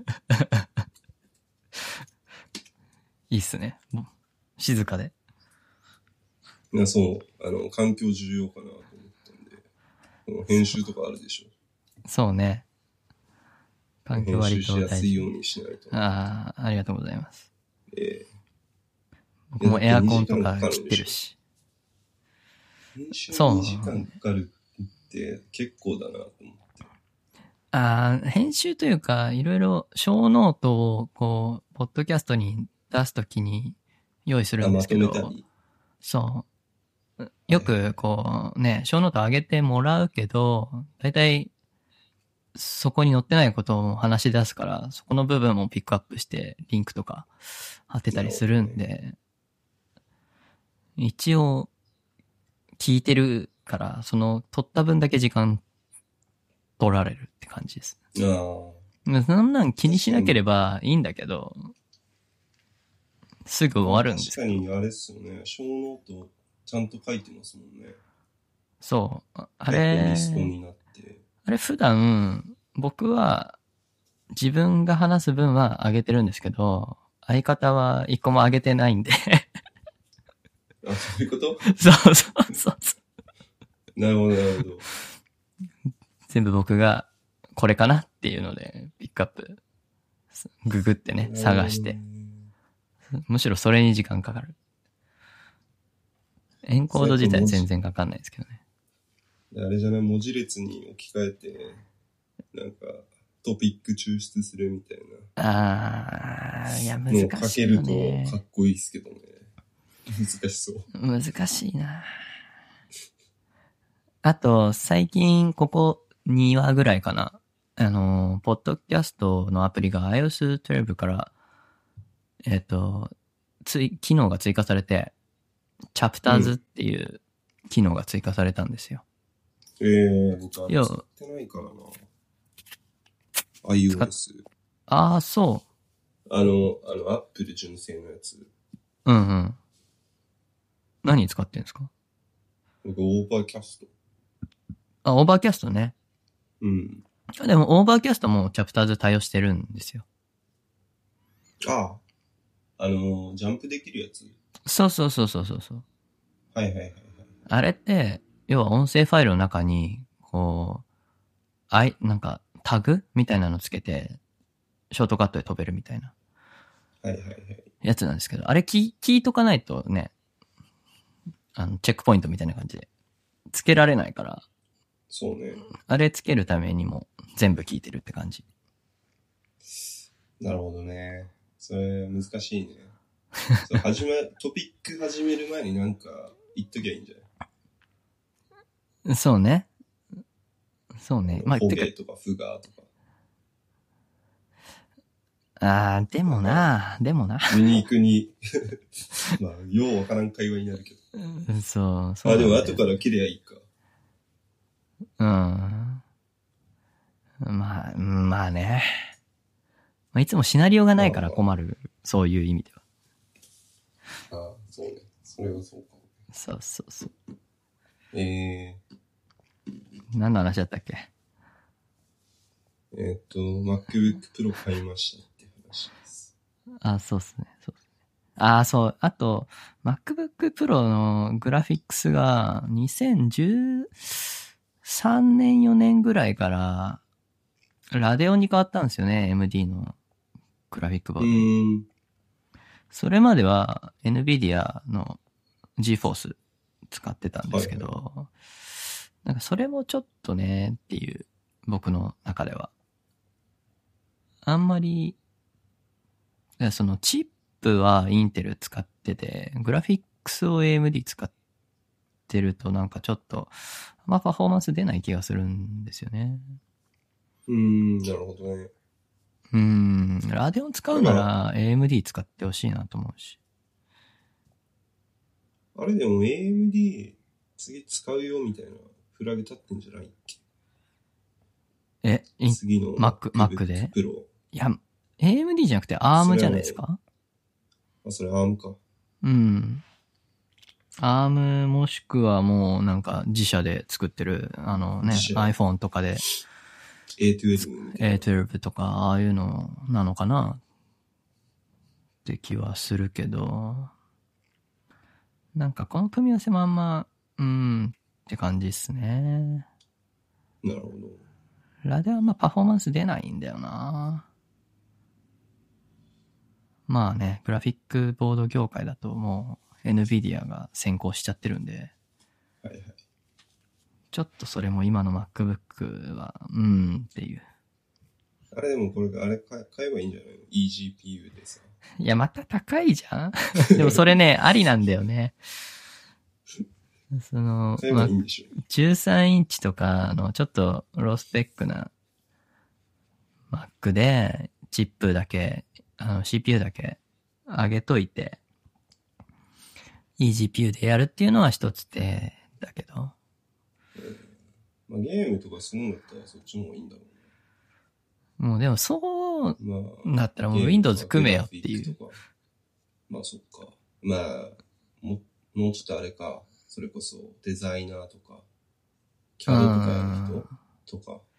いいっすね。静かで。 いや、そう。あの、環境重要かなと思ったんで。この編集とかあるでしょ。 そうね。環境割と大事。 編集しやすいようにしないと。 ああ、ありがとうございます。 ええー。 僕もエアコンとか切ってるし。 編集にじかんかかるって結構だなと思って。 ああ、編集というか、いろいろ小ノートをこう、ポッドキャストに出すときに用意するんですけど、 まとめたり。 そう。 よくこうね、小ノート上げてもらうけど、だいたいそこに載ってないことを話し出すから、そこの部分もピックアップしてリンクとか貼ってたりするんで、ね、一応聞いてるから、その取った分だけ時間取られるって感じです。 ああ。 そんなん気にしなければいいんだけど、すぐ終わるんですけど。確かにあれっすよね。小ノートちゃんと書いてますもんね。 そう。あれ、 リストになって。 あれ普段、僕は自分が話す分は上げてるんですけど、相方は一個も上げてないんであ、そういうこと？ そうそうそうそう。 なるほど、なるほど。 全部僕がこれかなっていうので、ピックアップ、ググってね、探して。むしろそれに時間かかる。エンコード自体全然かかんないですけどね。 あれじゃない、文字列に置き換えて、なんか、トピック抽出するみたいな。 あー、いや、難しいよね。 書けるとかっこいいですけどね。難しそう。 難しいな。あと、最近、ここにわぐらいかな。あの、ポッドキャストのアプリが アイオーエスじゅうにから、えっと、つい、機能が追加されて、チャプターズっていう機能が追加されたんですよ。 うん、ええー、僕は使ってないからな。iOS。 ああ、そう。 あの、あの、Apple 純正のやつ。 うんうん。何使ってんですか？ 僕、オーバーキャスト。 あ、オーバーキャストね。 うん。 でも、オーバーキャストもチャプターズ対応してるんですよ。 ああ。あの、ジャンプできるやつ？ そうそうそうそうそう。 はいはいはいはい。 あれって、要は音声ファイルの中に、こう、あい、なんか、タグみたいなのつけて、ショートカットで飛べるみたいな。 はいはいはい。 やつなんですけど、あれ聞、聞いとかないとね、あの、チェックポイントみたいな感じで、つけられないから。 そうね。 あれつけるためにも、全部聞いてるって感じ。 なるほどね。それ、難しいね。それ始ま、トピック始める前になんか、言っときゃいいんじゃない？そうね。そうね。 まあ、ホゲとかフガーとか。 あー、でもな、でもな。 ユニークに、まあ、ようわからん会話になるけど。そう、そう。 あ、でも後から切ればいいか。 うん。まあ、まあね。まあ、いつもシナリオがないから困る。そういう意味では。 ああ、そうね。それはそうかも。 そうそうそう。 えー。 何の話だったっけ？ えっと、MacBook Pro 買いましたって話です。 あ、そうっすね。そうっすね。あ、そう。あと、MacBook Pro のグラフィックスがにせんじゅうさんねんよねんぐらいからラデオンに変わったんですよね。エムディー のグラフィックボード。うーん。それまでは NVIDIA の GeForce 使ってたんですけど、はいはい、なんかそれもちょっとねっていう僕の中では。あんまり、そのチップはインテル使ってて、グラフィックスを エーエムディー 使ってるとなんかちょっと、あんまパフォーマンス出ない気がするんですよね。 うーん、なるほどね。 うーん、ラデオン使うなら エーエムディー 使ってほしいなと思うし。 あれでも エーエムディー 次使うよみたいなフラグ立ってんじゃないっけ？ え、 次の Mac、Mac で？ Pro。 いや、エーエムディー じゃなくて アーム じゃないですか？ あ、それ アーム か。 うん。アーム もしくはもうなんか自社で作ってる、あのね、iPhone とかで。 エーじゅうに。 エーじゅうに とか、ああいうのなのかなって気はするけど、なんかこの組み合わせもあんま、うーんって感じっすね。 なるほど。 ラデはあんまパフォーマンス出ないんだよな。まあね、グラフィックボード業界だともう NVIDIA が先行しちゃってるんで、 はいはい。 ちょっとそれも今の MacBook は、うーんっていう。 あれでもこれ、あれ買えばいいんじゃないの？ イージーピーユー でさ。 いや、また高いじゃんでもそれね、ありなんだよね。 その、 それはいいんでしょう、 まあ、じゅうさんインチとかのちょっとロースペックな Mac でチップだけ、あの シーピーユー だけ上げといて、いい ジーピーユー でやるっていうのは一つ手だけど。 えーまあ、ゲームとかするんだったらそっちの方がいいんだろう。もうでもそううな。まあ、 だったらもう Windows 組めよっていう。 まあそっか。まあ、も、もうちょっとあれか。それこそデザイナーとか、キャド とかやる人とか。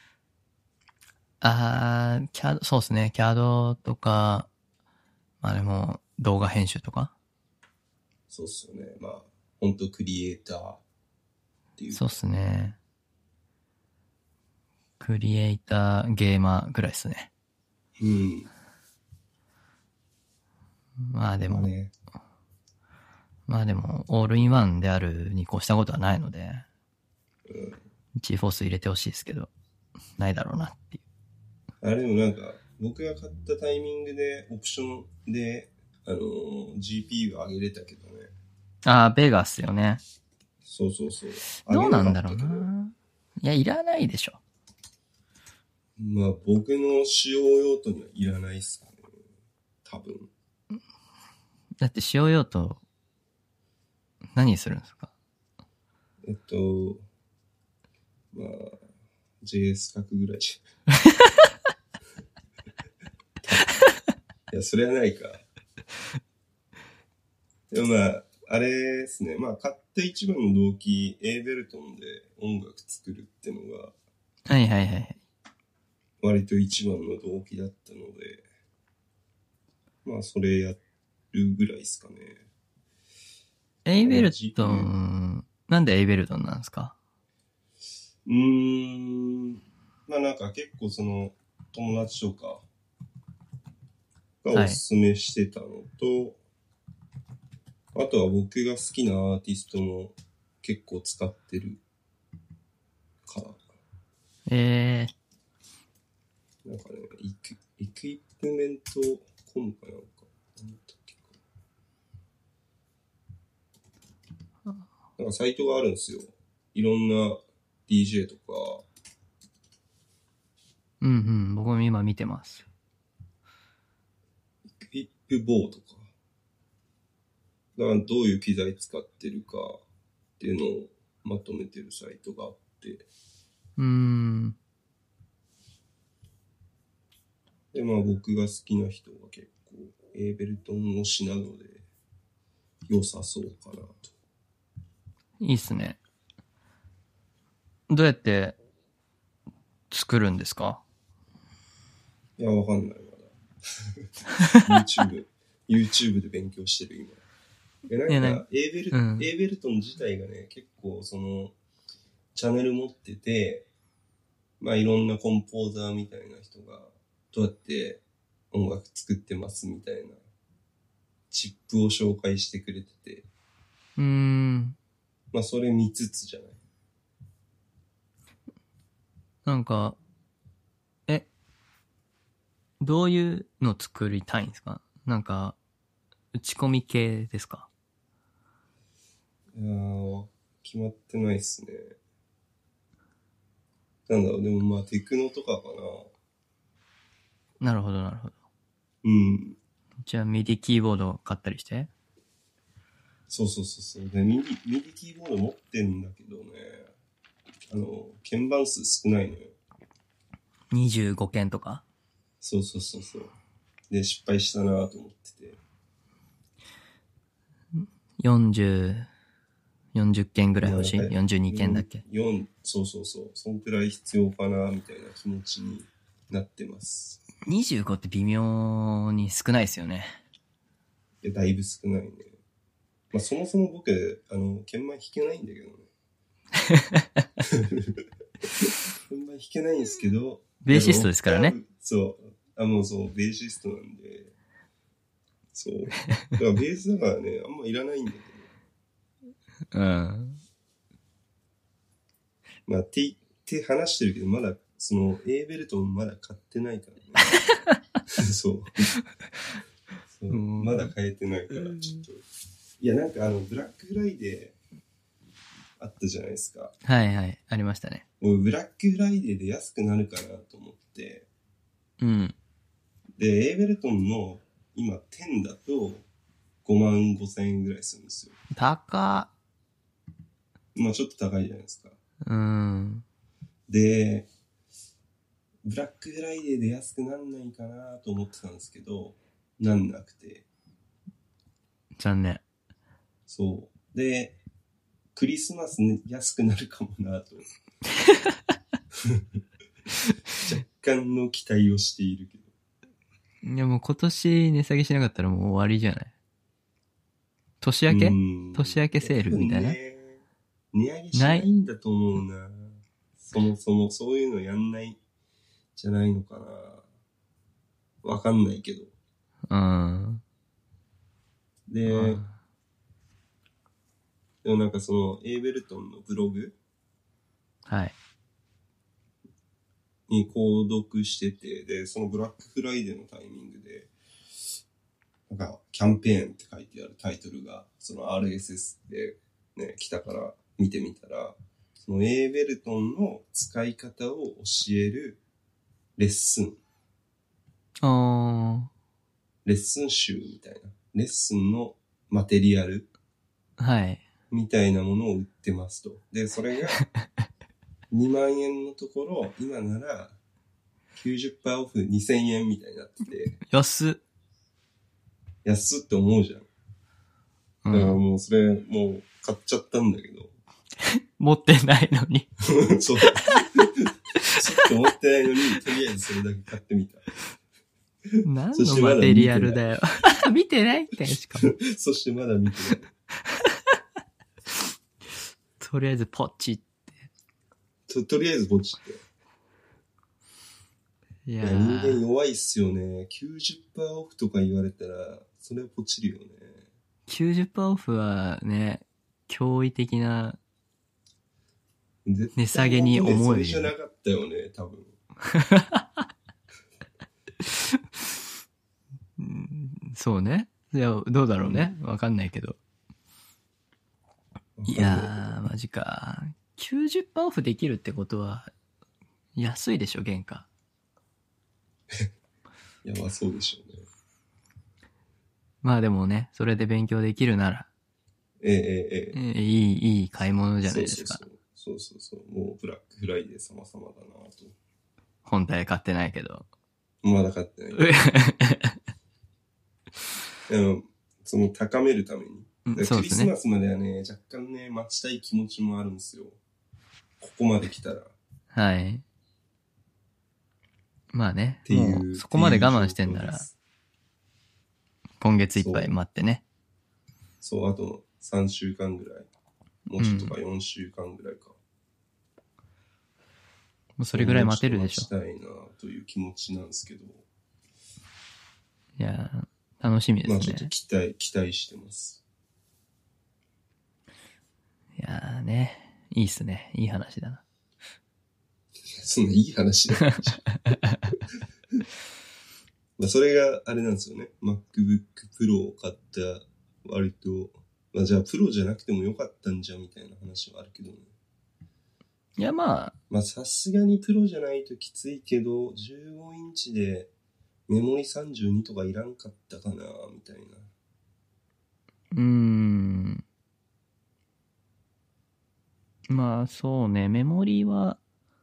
あー、キャド、そうですね。キャド とか、まあでも動画編集とか。 そうっすよね。まあ、ほんとクリエイターっていう。 そうっすね。クリエイター、ゲーマーぐらいっすね。 うん。 まあでも、 まあね、 まあでも、オールインワンであるに越したことはないので、 うん。 G フォース入れてほしいですけど、ないだろうなっていう。 あれでもなんか、僕が買ったタイミングでオプションで、あのー、ジーピーユー 上げれたけどね。 ああ、ベガっすよね。 そうそうそう。 どうなんだろうな。いや、いらないでしょ。 まあ、僕の使用用途にはいらないっすかね。多分。 だって使用用途、何するんですか？ えっと、まあ、ジェイエス 書くぐらいじゃ。いや、それはないか。でもまあ、あれですね。まあ、買って一番の動機、エーベルトンで音楽作るってのが、 はいはいはい。 割と一番の動機だったので、まあ、それやるぐらいですかね。 エイベルトン、なんでエイベルトンなんですか？ うーん。まあなんか結構その、友達とかがおすすめしてたのと、はい、あとは僕が好きなアーティストも結構使ってるから。 えー。なんかね、イク、イクイプメントコムかなんか。なんだっけか。なんかサイトがあるんですよ。いろんな ディージェー とか。 うんうん、僕も今見てます。 イクイプボーとか。だからどういう機材使ってるかっていうのをまとめてるサイトがあって。 うーん。 で、まあ僕が好きな人が結構、エーベルトン推しなので、良さそうかなと。 いいっすね。どうやって作るんですか？ いや、わかんない、まだ。YouTube、YouTube で勉強してる、今。え、なんか、エーベル、うん、エーベルトン自体がね、結構その、チャンネル持ってて、まあいろんなコンポーザーみたいな人が、どうやって音楽作ってますみたいな、チップを紹介してくれてて。 うーん。 まあそれ見つつじゃない。 なんか、え、どういうの作りたいんですか？なんか、打ち込み系ですか？ いやー、決まってないっすね。なんだろう、でもまあテクノとかかな。なるほど、なるほど。 うん。 じゃあ、ミディキーボード買ったりして？ そうそうそうそう。で、ミディ、ミディキーボード持ってんだけどね、あの、鍵盤数少ないのよ。 にじゅうごけんとか？ そうそうそうそう。で、失敗したなと思ってて。 よんじゅう、よんじゅっけんぐらい欲しい？ よんじゅうに 件だっけ？ よん、そうそうそう。そんくらい必要かなみたいな気持ちになってます。 にじゅうごって微妙に少ないですよね。 いや、だいぶ少ないね。まあ、そもそも僕、あの、鍵盤弾けないんだけどね。鍵盤弾けないんですけど。 ベーシストですからね。 そう。あ、もうそう、ベーシストなんで。そう。だからベースだからね、あんまいらないんだけど。 うん。 まあ、って、って話してるけど、まだ、その、エーベルトンまだ買ってないからね。そう。そうまだ買えてないから、ちょっと。いや、なんかあの、ブラックフライデーあったじゃないですか。 はいはい。ありましたね。 もうブラックフライデーで安くなるかなと思って。 うん。 で、エーベルトンの今じゅうだとごまんごせんえんぐらいするんですよ。 高っ。 まあちょっと高いじゃないですか。 うん。 で、ブラックフライデーで安くなんないかなと思ってたんですけど、なんなくて。 残念。 そう。で、クリスマスに安くなるかもなと。若干の期待をしているけど。 いやもう今年値下げしなかったらもう終わりじゃない？年明け？年明けセールみたいな、 ね、値上げしないんだと思うな。そもそもそういうのやんないじゃないのかな。わかんないけど。 うん。 で、 うん、 でもなんかそのエーベルトンのブログはいに購読してて、で、そのブラックフライデーのタイミングで、なんかキャンペーンって書いてあるタイトルが、その アールエスエス でね、来たから見てみたら、そのエーベルトンの使い方を教えるレッスン。 あー。 レッスン集みたいな。レッスンのマテリアル。 はい。 みたいなものを売ってますと。で、それがにまんえんのところ、今なら きゅうじゅっパーセント オフにせんえんみたいになってて。 安っ。 安って思うじゃん。だからもうそれ、もう買っちゃったんだけど。 持ってないのに。 そう。ちょっと持ってないのに、とりあえずそれだけ買ってみた。 何のマテリアルだよ。見てないってしかも。 そしてまだ見てない。 とりあえずポチって。 と、とりあえずポチって。 いやいや人間弱いっすよね。きゅうじゅっパーセント オフとか言われたら、それはポチるよね。 きゅうじゅっパーセントオフはね、驚異的な値下げに思えるよ、ね。それじゃなかったよね、多分。 うん、そうね。いや、どうだろうね。わかんないけど。いやー、マジか。きゅうじゅっパーセントオフできるってことは、安いでしょ、原価。 いや、まあそうでしょうね。 まあでもね、それで勉強できるなら。 ええええええ。いい、いい買い物じゃないですか。 そうそうそう。そうそうそう。もうブラックフライデー様々だなと。 本体買ってないけど。 まだ買ってない。でも、その高めるために。クリスマスまではね、若干ね、待ちたい気持ちもあるんですよ。ここまで来たら。 はい。まあね。っていう。もうそこまで我慢してんなら、今月いっぱい待ってね。 そう、そうあとさんしゅうかんぐらい。もうちょっとかよんしゅうかんぐらいか。 もうそれぐらい待てるでしょ。 待ちたいなという気持ちなんですけど。 いやー、楽しみですね。 まあちょっと期待、期待してます。 いやーね、いいっすね。いい話だな。 そんないい話だな。まあそれがあれなんですよね。MacBook Pro を買った割と、まあじゃあプロじゃなくてもよかったんじゃみたいな話はあるけどね。 いやまあ。 まあさすがにプロじゃないときついけど、じゅうごインチでメモリさんじゅうにとかいらんかったかな、みたいな。 うーん。まあそうね、メモリは、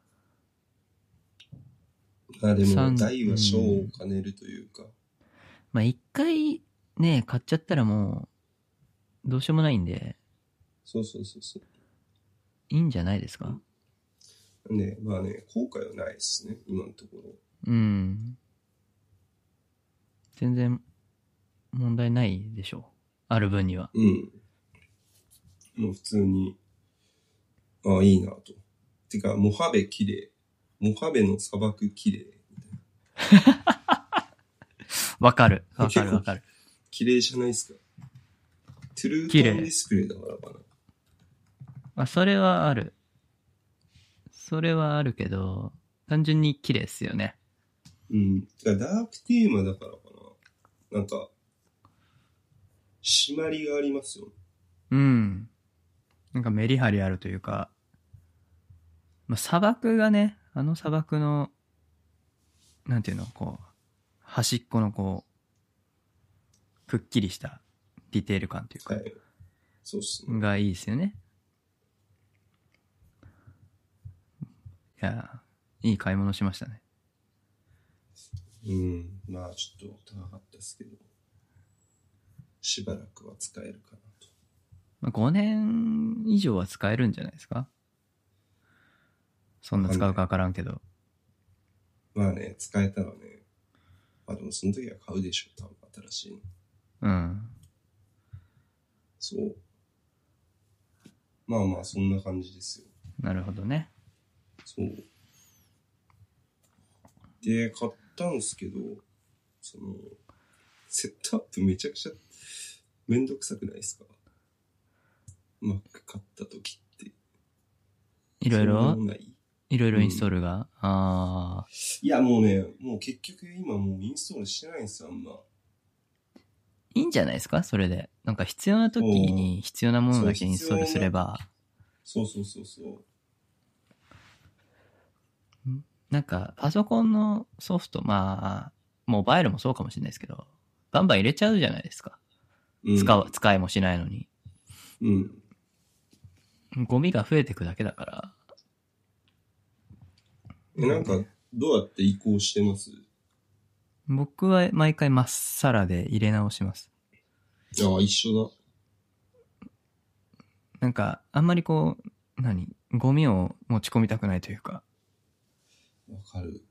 まあでも、大は小を兼ねるというか。 まあ一回ね、買っちゃったらもう、どうしようもないんで。 そうそうそうそう。 いいんじゃないですか？ ね、まあね、後悔はないですね、今のところ。 うん。全然、問題ないでしょう。ある分には。 うん。もう普通に、ああ、いいなと。てか、モハベ綺麗。モハベの砂漠綺麗。 わかる。わかるわかる。 綺麗じゃないですか。トゥルートンディスプレイだからかな。 あ、それはある。それはあるけど、単純に綺麗ですよね。 うん。てか、ダークテーマだからかな。なんか、締まりがありますよ。 うん。 なんかメリハリあるというか、まあ、砂漠がね、あの砂漠の、なんていうの、こう、端っこのこう、くっきりしたディテール感というか、 はい。そうっすね。 がいいですよね。いや、いい買い物しましたね。 うん。まあちょっと高かったですけど、しばらくは使えるかなと。 まあ、ごねん以上は使えるんじゃないですか。そんな使うかわからんけど。 まあね、使えたらね。まあでもその時は買うでしょ、多分新しいの。 うん。 そう。まあまあそんな感じですよ。 なるほどね。 そう。で、買ったんすけど、その、セットアップめちゃくちゃめんどくさくないですか？ Mac 買った時って。 いろいろそんなもんない？ いろいろインストールが、うん、ああ。 いやもうね、もう結局今もうインストールしてないんですよ、あんま。 いいんじゃないですかそれで。なんか必要な時に必要なものだけインストールすれば。 そうそうそうそう。 なんかパソコンのソフト、まあ、モバイルもそうかもしれないですけど、バンバン入れちゃうじゃないですか。うん、使う、使いもしないのに。 うん。 ゴミが増えてくだけだから。 え、なんか、どうやって移行してます？ 僕は毎回まっさらで入れ直します。 ああ、一緒だ。 なんか、あんまりこう、何ゴミを持ち込みたくないというか。 わかる。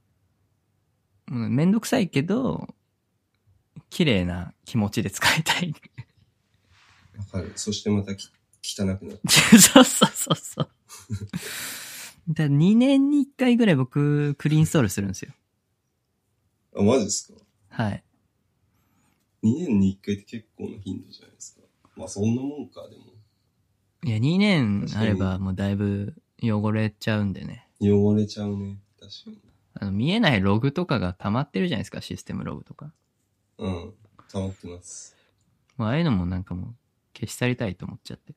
めんどくさいけど、綺麗な気持ちで使いたい。 わかる。そしてまたき汚くなって。 そうそうそうそう。だにねんにいっかいぐらい僕、クリーンストールするんですよ。 あ、マジですか？ はい。 にねんにいっかいって結構な頻度じゃないですか。まあそんなもんか、でも。 いや、にねんあればもうだいぶ汚れちゃうんでね。 汚れちゃうね。確かに。 あの、見えないログとかが溜まってるじゃないですか、システムログとか。 うん。溜まってます。 もうああいうのもなんかもう消し去りたいと思っちゃって。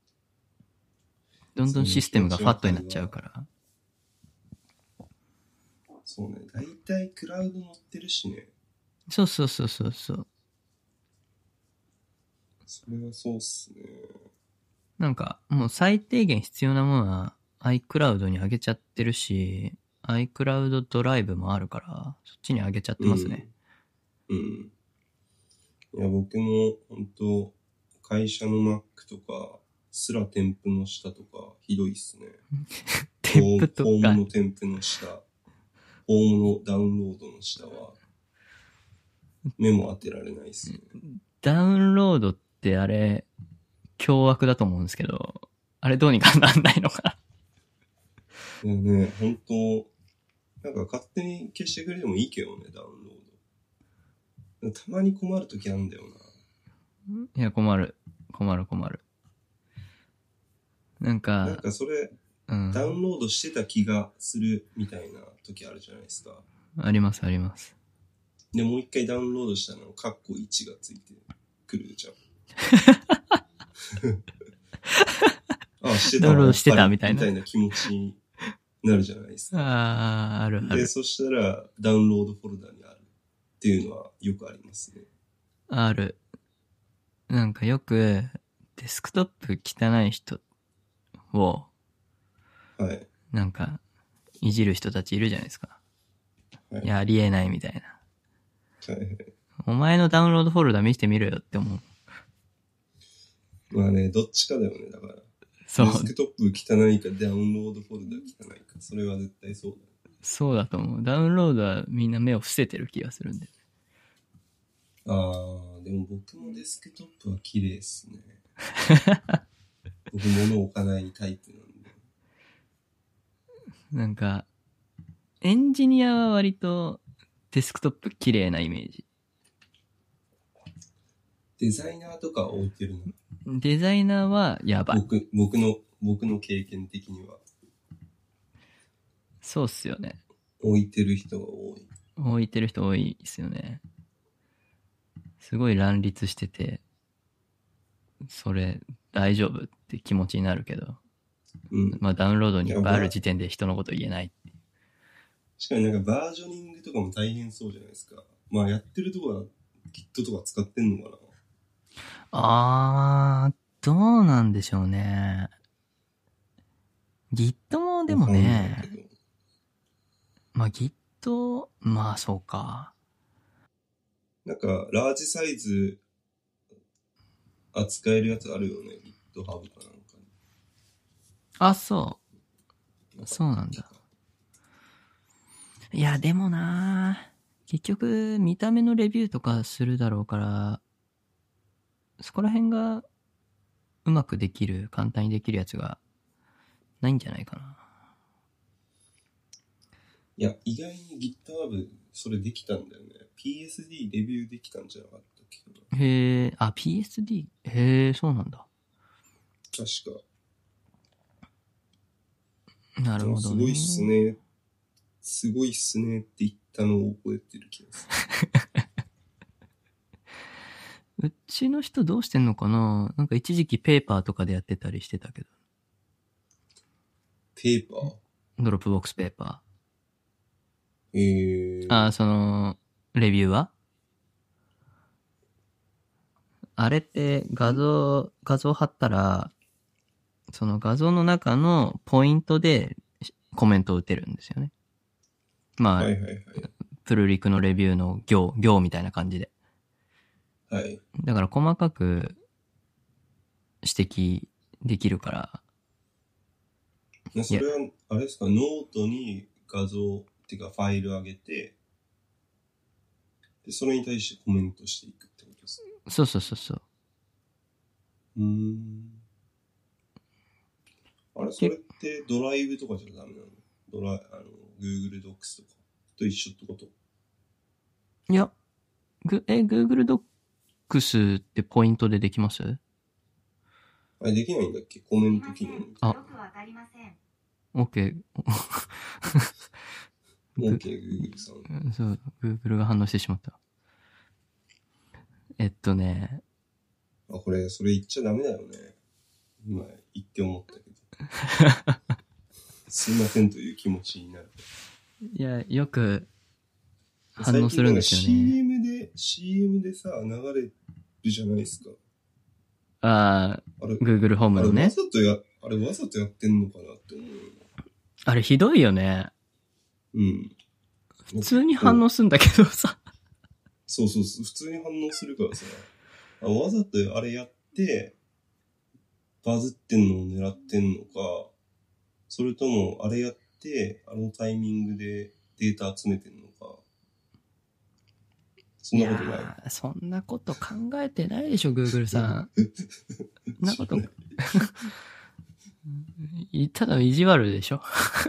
どんどんシステムがファットになっちゃうから。 そうね。だいたいクラウド載ってるしね。 そうそうそうそうそう。 それはそうっすね。 なんかもう最低限必要なものは iCloud に上げちゃってるし、iCloud ドライブもあるから、そっちに上げちゃってますね。 うん。うん、いや、僕も本当会社の Mac とか、すら添付の下とか、ひどいっすね。 添付とか。 ホームの添付の下、ホームのダウンロードの下は、目も当てられないっすね。 ダウンロードってあれ、凶悪だと思うんですけど、あれどうにかなんないのかな。 いやね、本当なんか勝手に消してくれてもいいけどね、ダウンロード。たまに困るときあるんだよな。 いや、困る。困る困る。なんか、 なんかそれ、うん、ダウンロードしてた気がするみたいな時あるじゃないですか。 ありますあります。 で、もう一回ダウンロードしたの、カッコいちがついてくるじゃん。あ、してた。 ダウンロードしてたみたいな。 みたいな気持ちになるじゃないですか。 ああ、あるある。 で、そしたらダウンロードフォルダにあるっていうのはよくありますね。 ある。なんかよく、デスクトップ汚い人を、 はい。 なんか、いじる人たちいるじゃないですか。はい、いや、ありえないみたいな。はいはい。お前のダウンロードフォルダ見せてみろよって思う。 まあね、どっちかだよね、だから。そう。デスクトップ汚いか、ダウンロードフォルダ汚いか。それは絶対そうだ、ね。 そうだと思う。ダウンロードはみんな目を伏せてる気がするんで。 あー、でも僕もデスクトップは綺麗っすね。僕物置かないタイプなんで。 なんか、エンジニアは割とデスクトップ綺麗なイメージ。 デザイナーとか置いてるの？デザイナーはやばい。 僕、僕の、僕の経験的には。 そうっすよね。 置いてる人が多い。 置いてる人多いですよね。すごい乱立してて、それ大丈夫って気持ちになるけど、 うん。 まあダウンロードにいっぱいある時点で人のこと言えない。 しかもなんかバージョニングとかも大変そうじゃないですか。まあやってるとこは Git とか使ってんのかな。 あー、どうなんでしょうね。Git もでもね、まあ Git、まあそうか。 なんかラージサイズ扱えるやつあるよね。GitHub かなんかに。 あ、そう。そうなんだ。いや、でもな結局、見た目のレビューとかするだろうから、そこら辺がうまくできる、簡単にできるやつがないんじゃないかな。 いや、意外に GitHub それできたんだよね。ピーエスディー レビューできたんじゃなかったっけな。 へえ、あ、ピーエスディー、へえ、そうなんだ。 確か。 なるほどね。 すごいっすね。すごいっすねって言ったのを覚えてる気がする。うちの人どうしてんのかな？なんか一時期ペーパーとかでやってたりしてたけど。 ペーパー？ ドロップボックスペーパー。えー。 あ、その、レビューはあれって画像、画像貼ったら、その画像の中のポイントでコメントを打てるんですよね。まあ、 はいはいはい、 プルリクのレビューの行、行みたいな感じで。 はい。 だから細かく指摘できるから。 それは、あれですか、ノートに画像っていうかファイル上げて、で、それに対してコメントしていくってことですね。 そうそうそうそう。 うーん。あれ、それってドライブとかじゃダメなの？ドライ、あの、Google Docs とかと一緒ってこと？ いや、ぐ、え、Google Docs ってポイントでできます？ あれできないんだっけ？コメント機能。 あ、OK。 OK、Google さん。 そう、Google が反応してしまった。えっとね。 あ、これ、それ言っちゃダメだよね。今、言って思ったけど。すいませんという気持ちになる。 いや、よく反応するんですよね。 シーエム で、シーエム でさ、流れるじゃないですか。 ああ、Google ホームのね。 あれわざとや、あれわざとやってんのかなって思う。 あれひどいよね。 うん。 普通に反応するんだけどさ。 そうそうそう、普通に反応するからさ。あ、わざとあれやって、バズってんのを狙ってんのか、それともあれやって、あのタイミングでデータ集めてんのか。そんなことない。いやそんなこと考えてないでしょ、Google さん。そんなこと、ただ意地悪でしょ。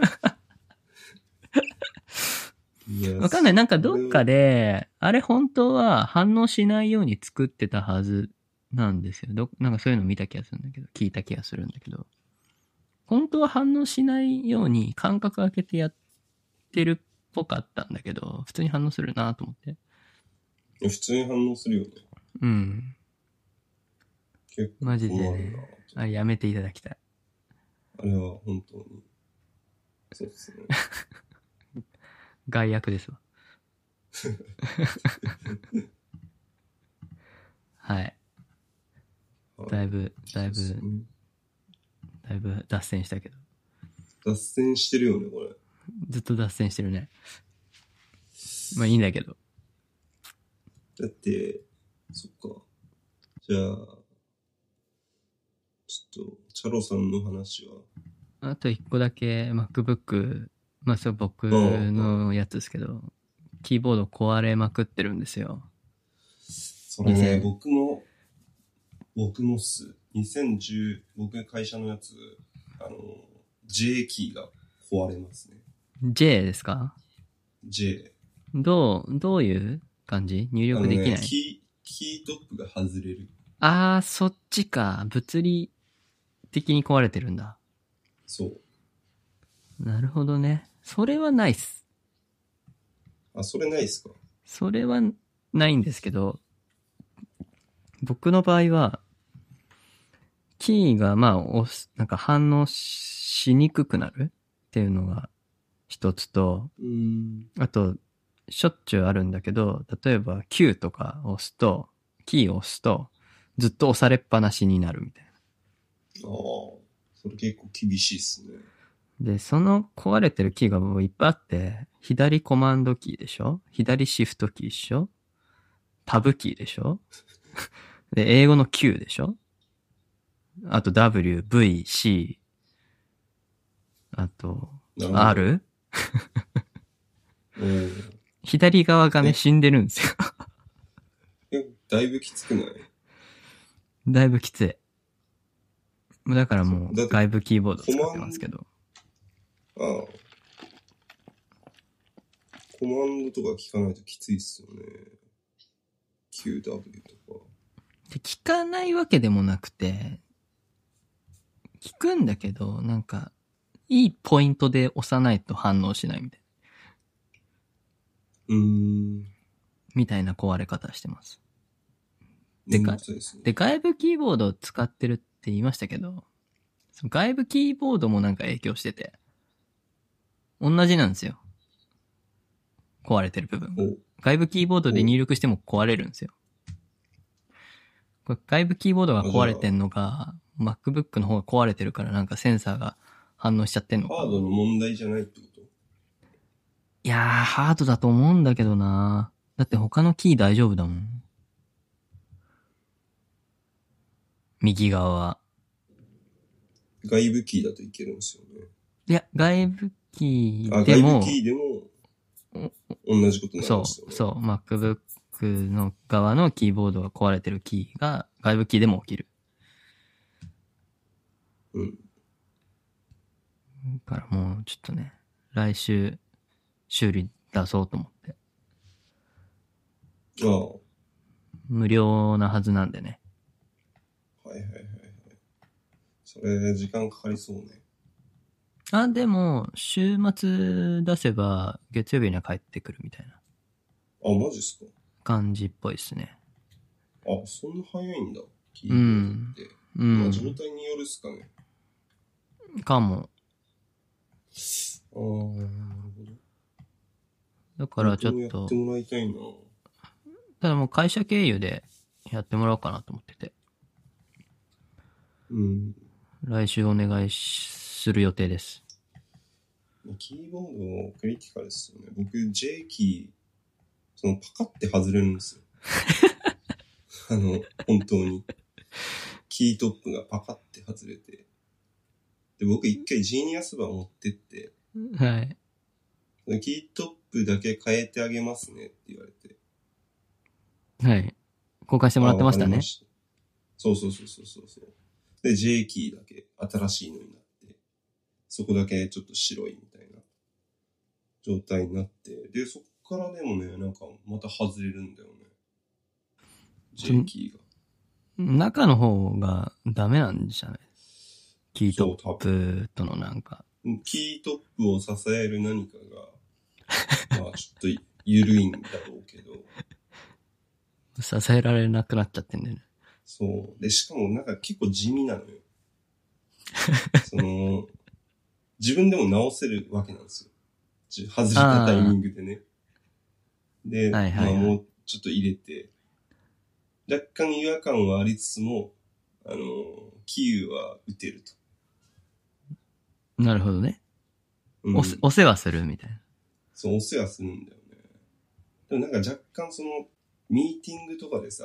わかんない。なんかどっかで、あれ本当は反応しないように作ってたはずなんですよ。ど、なんかそういうの見た気がするんだけど、聞いた気がするんだけど。本当は反応しないように間隔空けてやってるっぽかったんだけど、普通に反応するなと思って。 普通に反応するよね。 うん。 結構マジでね。あれやめていただきたい。 あれは本当に。そうですね。 害悪ですわ。はい。だいぶ、だいぶ、だいぶ脱線したけど。 脱線してるよね、これ。 ずっと脱線してるね。まあいいんだけど。 だって、そっか。じゃあ、ちょっと、チャロさんの話は。 あと一個だけ MacBook、まあそう僕のやつですけど、キーボード壊れまくってるんですよ。 それね、僕も、僕もっす。にせんじゅう、僕が会社のやつ、あの、J キーが壊れますね。 J ですか？ J。 どう、どういう感じ？入力できない？ね、 キー、キートップが外れる。 あー、そっちか。物理的に壊れてるんだ。 そう。 なるほどね。それはないっす。 あ、それないっすか？ それはないんですけど、僕の場合は、 キーがまあ押す、なんか反応しにくくなるっていうのが一つと、 うーん。 あと、しょっちゅうあるんだけど、例えば Q とか押すと、キーを押すと、ずっと押されっぱなしになるみたいな。 ああ、それ結構厳しいっすね。 で、その壊れてるキーがもういっぱいあって、左コマンドキーでしょ？左シフトキーでしょ？タブキーでしょ？で、英語の Q でしょ？あと W、V、C、あと R？ 左側がね、死んでるんですよ。 え、だいぶきつくない？ だいぶきつい。だからもう外部キーボード使ってますけど。 ああ。コマンドとか聞かないときついっすよね。キューダブリュー とか。 で、聞かないわけでもなくて、聞くんだけど、なんか、いいポイントで押さないと反応しないみたいな。うーん。 みたいな壊れ方してます。 で、 かですね、 で、外部キーボードを使ってるって言いましたけど、その外部キーボードもなんか影響してて、同じなんですよ。壊れてる部分。外部キーボードで入力しても壊れるんですよ。これ外部キーボードが壊れてんのが、MacBook の方が壊れてるからなんかセンサーが反応しちゃってんのか。 ハードの問題じゃないってこと？ いやー、ハードだと思うんだけどな。だって他のキー大丈夫だもん。右側は。 外部キーだといけるんですよね。 いや、外部キーでも。 あ、外部キーでも、同じことになるんですよね。 そう、そう。MacBook の側のキーボードが壊れてるキーが外部キーでも起きる。 うん。 だからもうちょっとね、来週修理出そうと思って。 ああ。 無料なはずなんでね。 はいはいはいはい。それ、時間かかりそうね。 あ、でも、週末出せば月曜日には帰ってくるみたいな。 あ、マジっすか？ 感じっぽいっすね。 あ、そんな早いんだ。キーボードって。うん。まあ、状態によるっすかね。 かも。 ああ、なるほど。 だからちょっと。 やってもらいたいな。 ただもう会社経由でやってもらおうかなと思ってて。 うん。 来週お願いする予定です。 キーボードクリティカルですよね。僕 J キー、そのパカって外れるんですよ。あの、本当に。キートップがパカって外れて。で、僕一回ジーニアスバー持ってって、 はい。 キートップだけ変えてあげますねって言われて。 はい。交換してもらってましたね。 したそうそうそうそうそう。で、J キーだけ新しいのになって、そこだけちょっと白いみたいな状態になって、で、そこからでもね、なんかまた外れるんだよね。J キーが。 中の方がダメなんじゃない？キートップとのなんか。 キートップを支える何かが、まあちょっと緩いんだろうけど。 支えられなくなっちゃってんだよね。 そう。で、しかもなんか結構地味なのよ。その、自分でも直せるわけなんですよ。外れたタイミングでね。で、はいはいはい、まあもうちょっと入れて、若干違和感はありつつも、あの、キーは打てると。 なるほどね。うん、お, お世話するみたいな。 そう、お世話するんだよね。でもなんか若干その、ミーティングとかでさ、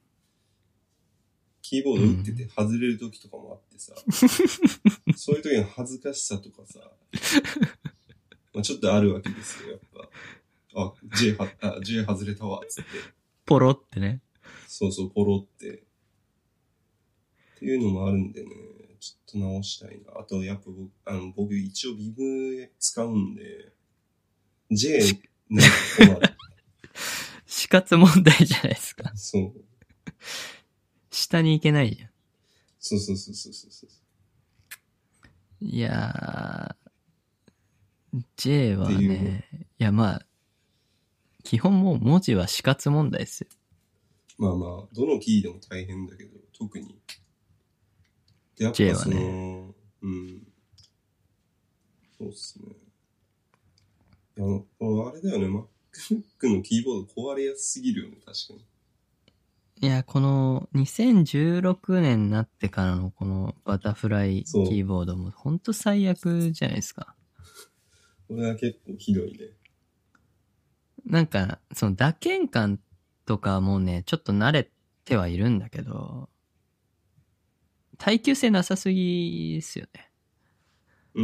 キーボード打ってて外れる時とかもあってさ、うん、そういう時の恥ずかしさとかさ、まあちょっとあるわけですよ、やっぱ。あ、J は、あ、J 外れたわ、つって。 ポロってね。 そうそう、ポロって。っていうのもあるんでね、ちょっと直したいな。あと、やっぱ僕、あの、僕一応ビブ使うんで、J なんか困る。 死活問題じゃないですか。 そう。 下に行けないじゃん。 そうそうそうそうそうそう。 いやー、J はね、いやまあ、基本もう文字は死活問題ですよ。 まあまあ、どのキーでも大変だけど、特に。 で、やっ J ぱその、 はね。 うん。そうっすね。いや、このあれだよね、MacBook のキーボード壊れやすすぎるよね、確かに。 いや、このにせんじゅうろくねんになってからのこのバタフライキーボードもほんと最悪じゃないですか。 これは結構ひどいね。 なんか、その打鍵感とかもね、ちょっと慣れてはいるんだけど、耐久性なさすぎですよね。 うん。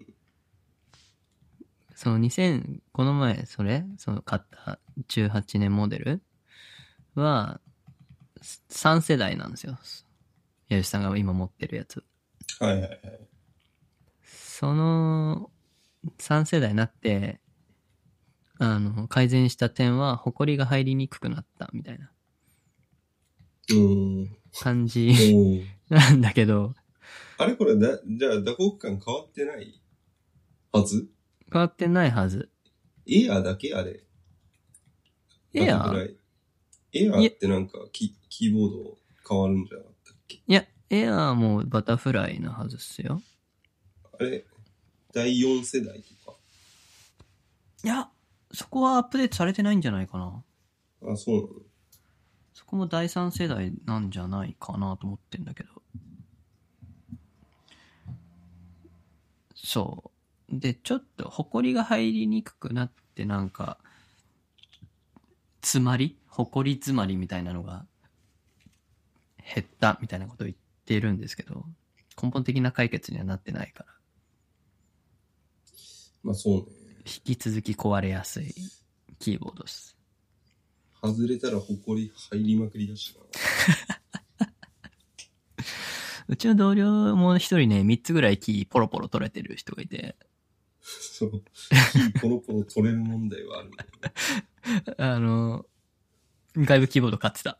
そのにせん、この前、それその買ったじゅうはちねんモデルは、さん世代なんですよ。矢吉さんが今持ってるやつ。 はいはいはい。 そのさん世代になって、あの、改善した点は、埃が入りにくくなったみたいな感じなんだけど。 あれこれだ、じゃあ打刻感変わってないはず？ 変わってないはず。 エアーだけあれ。 エアーエアーってなんかキ、キーボード変わるんじゃなかったっけ？ いや、エアーもバタフライのはずっすよ。 あれだいよん世代とか。 いや、そこはアップデートされてないんじゃないかな。 あ、そうなの？ そこもだいさん世代なんじゃないかなと思ってんだけど。そう。で、ちょっと、埃が入りにくくなってなんか、詰まり埃詰まりみたいなのが減ったみたいなことを言ってるんですけど、根本的な解決にはなってないから。 まあそうね。 引き続き壊れやすいキーボードです。 外れたら埃入りまくりだしな。 うちの同僚も一人ね、三つぐらいキーポロポロ取れてる人がいて。 そう。キーポロポロ取れる問題はあるんだよね。 あの、外部キーボード買ってた。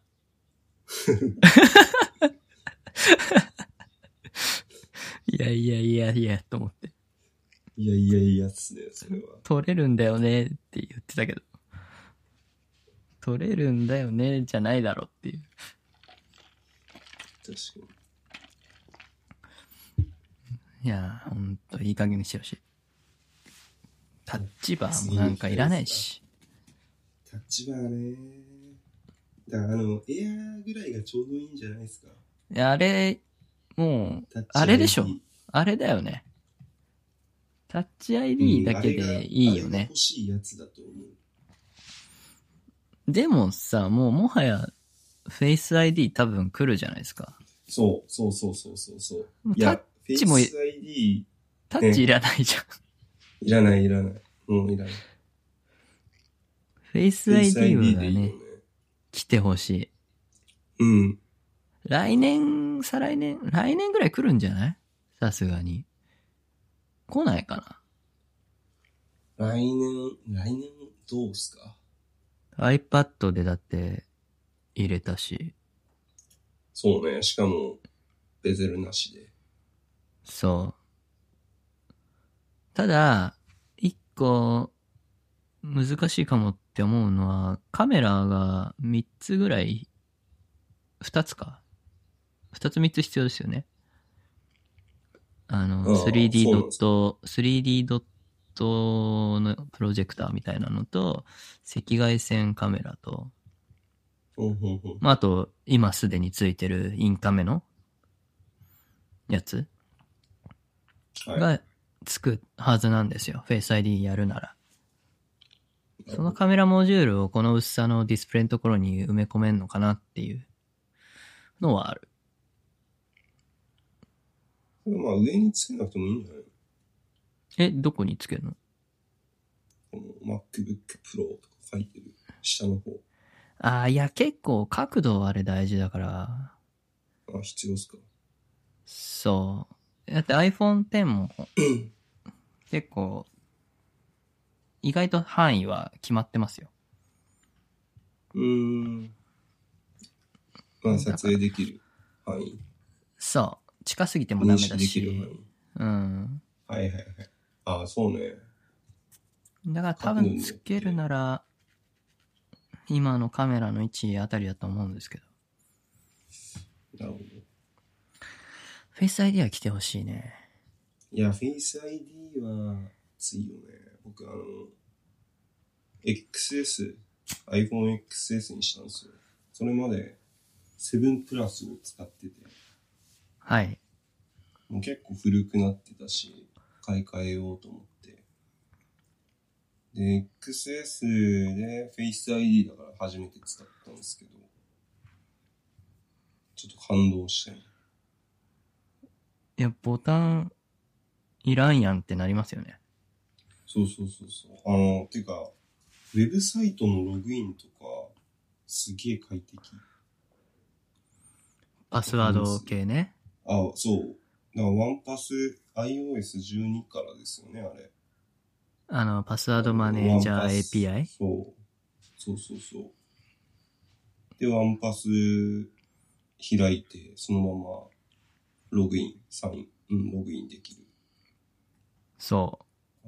いやいやいやいや、と思って。 いやいやいやっすね、それは。 取れるんだよねって言ってたけど。取れるんだよねじゃないだろっていう。 確かに。いやー、ほんといい加減にしてほしい。タッチバーもなんかいらないし。 タッチバーね。だからあの、エアーぐらいがちょうどいいんじゃないですか。 いや、あれ、もう、あれでしょ。あれだよね。タッチ アイディー だけでいいよね。 うん、あれが欲しいやつだと思う。 でもさ、もうもはや、フェイス アイディー 多分来るじゃないですか。 そう、そうそうそうそうそう。 いや、タッチも、 フェイス アイディー、 タッチいらないじゃん。 いらないいらない。もういらない。 フェイス アイディー がね、来てほしい。 うん。 来年、再来年、来年ぐらい来るんじゃない？さすがに。来ないかな。来年、来年どうすか？ iPad でだって入れたし。 そうね。しかも、ベゼルなしで。 そう。ただ、一個、難しいかもって思うのは、カメラがみっつぐらい、ふたつか。ふたつみっつ必要ですよね。あの、スリーディー ドット、スリーディー ドットのプロジェクターみたいなのと、赤外線カメラと、まあ、あと、今すでについてるインカメのやつがつくはずなんですよ。フェイス アイディー やるなら。そのカメラモジュールをこの薄さのディスプレイのところに埋め込めんのかなっていうのはある。 まあ上につけなくてもいいんじゃない？ え、どこにつけるの？ この MacBook Pro とか書いてる下の方。 ああ、いや結構角度あれ大事だから。 あ、必要っすか？ そう。だって iPhone テンも結構意外と範囲は決まってますよ。 うーん。まあ撮影できる範囲。 そう。近すぎてもダメだし。 認識できる範囲。 うん。 はいはいはい。ああ、そうね。 だから多分つけるなら、今のカメラの位置あたりだと思うんですけど。 なるほど。 フェイス アイディー は来てほしいね。 いや、フェイス アイディー は熱いよね。僕、あの、エックスエス、iPhone エックスエス にしたんですよ。それまでセブンプラスを使ってて。 はい。 もう結構古くなってたし、買い替えようと思って。で、エックスエス で Face アイディー だから初めて使ったんですけど、ちょっと感動したよね。 いや、ボタンいらんやんってなりますよね。 そうそうそうそう。あの、てか、ウェブサイトのログインとか、すげえ快適。 パスワード系ね。 あ、そう。だからワンパス アイオーエスじゅうに からですよね、あれ。 あの、パスワードマネージャー エーピーアイ? そう。そうそうそう。で、ワンパス開いて、そのままログイン、サイン、うん、ログインできる。 そう。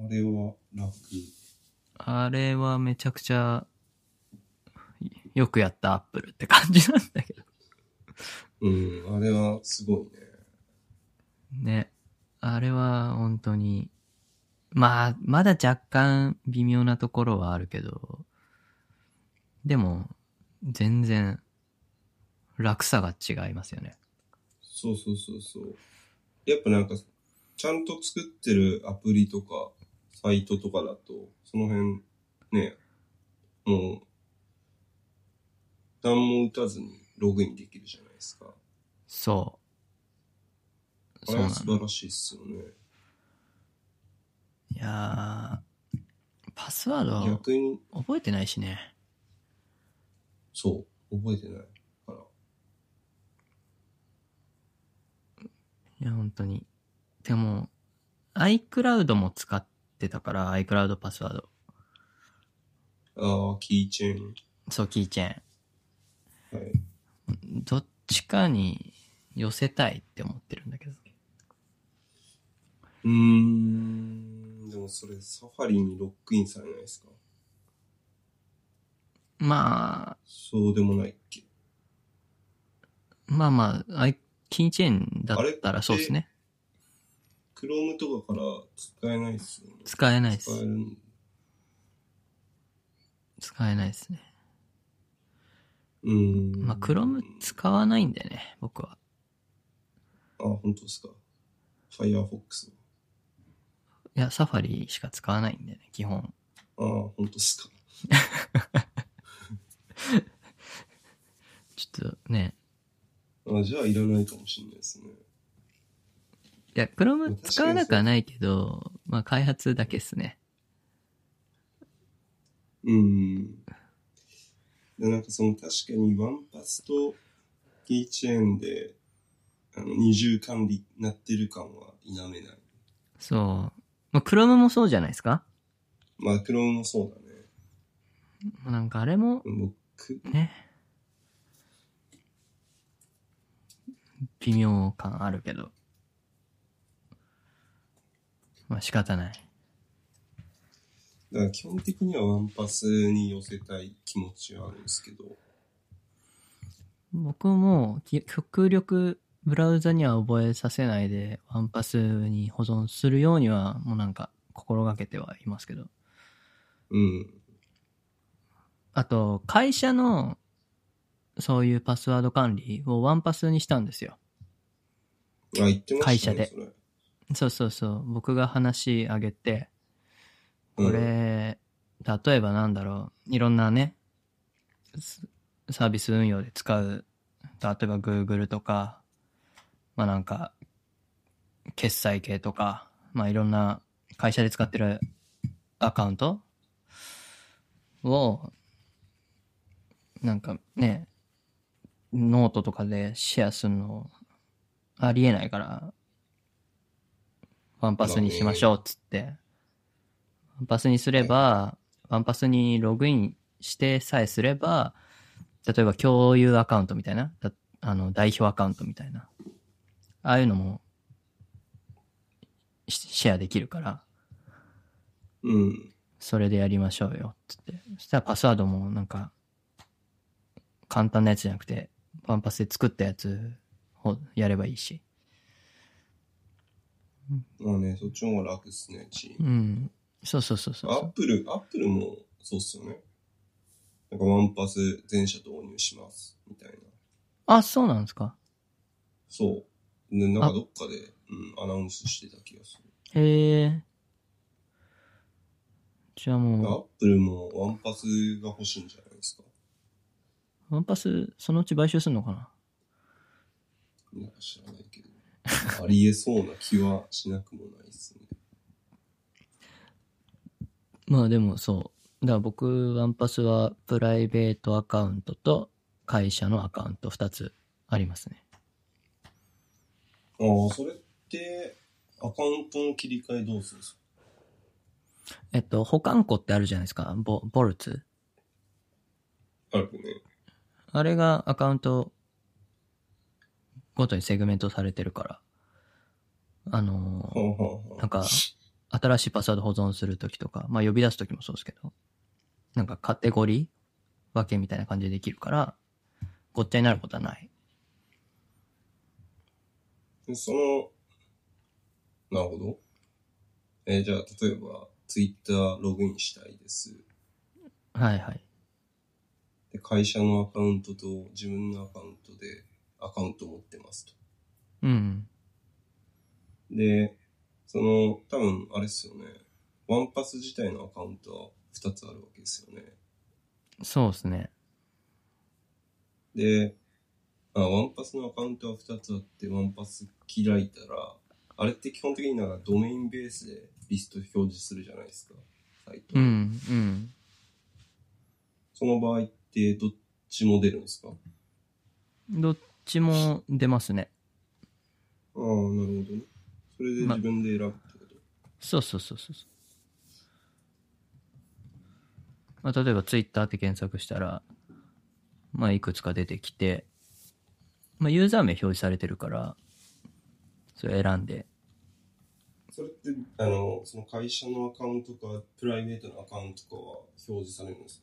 あれは楽。 あれはめちゃくちゃよくやったアップルって感じなんだけど。 うん、あれはすごいね。 ね。あれは本当に、まあ、まだ若干微妙なところはあるけど、でも、全然、楽さが違いますよね。 そうそうそうそう。やっぱなんか、ちゃんと作ってるアプリとか、サイトとかだと、その辺、ね、もう、何も打たずにログインできるじゃないですか。 そう。 あれは素晴らしいっすよね。 いやー、パスワード逆に覚えてないしね。 そう、覚えてないから。 いや、本当に。でも、iCloud も使ってたから、iCloud パスワード。 ああ、キーチェーン。 そう、キーチェーン。はい。 どっちかに寄せたいって思ってるんだけど。 うーん、でもそれサファリにロックインされないですか？ まあ、 そうでもないっけ？ まあまあ、アイキーチェーンだったらそうですね。 Chrome とかから使えないっすよね。 使えないです。 使える使えないですね。 うーん。 まあ、Chrome 使わないんだよね、僕は。 あ、本当ですか。Firefox。 いや、サファリしか使わないんだよね、基本。 ああ、本当ですか。 ちょっとね。 あ、じゃあいらないかもしれないですね。 いや、Chrome 使わなくはないけど、まあ開発だけっすね。 うーん。で、なんかその確かにワンパスとキーチェーンで、あの、二重管理になってる感は否めない。 そう。まあ Chrome もそうじゃないですか？ まあ、Chromeもそうだね。 なんかあれも、 僕、 ね。微妙感あるけど。まあ仕方ない。 だから基本的にはワンパスに寄せたい気持ちはあるんですけど。 僕も極力ブラウザには覚えさせないでワンパスに保存するようにはもうなんか心がけてはいますけど。 うん。 あと、会社のそういうパスワード管理をワンパスにしたんですよ。 あ、言ってましたね。 会社で。 それ。 そうそうそう。僕が話あげて、これ、うん、例えばなんだろう。いろんなね、サービス運用で使う。例えば Google とか、まあなんか、決済系とか、まあいろんな会社で使ってるアカウントを、なんかね、ノートとかでシェアするのありえないから、ワンパスにしましょうっつって、ワンパスにすれば、ワンパスにログインしてさえすれば、例えば共有アカウントみたいな、あの代表アカウントみたいな、ああいうのもシェアできるから、 うん。 それでやりましょうよっつって。そしたらパスワードもなんか簡単なやつじゃなくて、ワンパスで作ったやつをやればいいし。 まあね、そっちの方が楽っすね、チーム。 うん。そうそうそうそう。 アップル、アップルもそうっすよね。なんかワンパス全社導入します、みたいな。 あ、そうなんですか。 そう。で、なんかどっかで、うん、アナウンスしてた気がする。へえ。じゃあもう。 アップルもワンパスが欲しいんじゃないですか。 ワンパス、そのうち買収するのかな。 なんか知らないけど。ありえそうな気はしなくもないですね。 まあでもそう。だから僕、ワンパスはプライベートアカウントと会社のアカウントふたつありますね。 ああ、それって、アカウントの切り替えどうするんですか？ えっと、保管庫ってあるじゃないですか。ボ、ボルツ。 あるね。 あれがアカウントごとにセグメントされてるから。あのーはあはあはあ、 なんか、新しいパスワード保存するときとか、まあ呼び出すときもそうですけど、なんかカテゴリー分けみたいな感じでできるから、ごっちゃになることはない。 でその、なるほど。えーじゃあ、例えば、ツイッターログインしたいです。 はいはい。 で、会社のアカウントと自分のアカウントでアカウント持ってますと。 うん。 で、その、多分、あれっすよね。ワンパス自体のアカウントはふたつあるわけですよね。 そうですね。 で、あ、ワンパスのアカウントはふたつあって、ワンパス開いたら、あれって基本的になんかドメインベースでリスト表示するじゃないですか。サイト。 うん、うん。 その場合ってどっちも出るんですか？ どっちも出ますね。 ああ、なるほどね。それで自分で選ぶってこと、ま、 そうそうそうそう。まあ、例えばツイッターって検索したら、まあいくつか出てきて、まあユーザー名表示されてるから、それ選んで。 それって、あの、その会社のアカウントか、プライベートのアカウントかは表示されるんですか？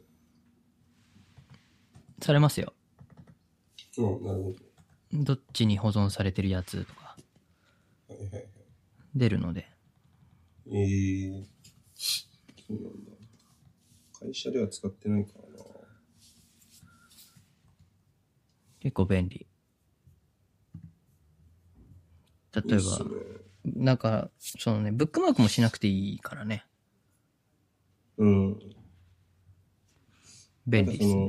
されますよ。 うん、なるほど。 どっちに保存されてるやつとか。 はいはいはい。 出るので。 えー、そうなんだ。会社では使ってないからな。 結構便利。例えば、 いいっすね。 なんか、そのね、ブックマークもしなくていいからね。 うん。 便利ですね。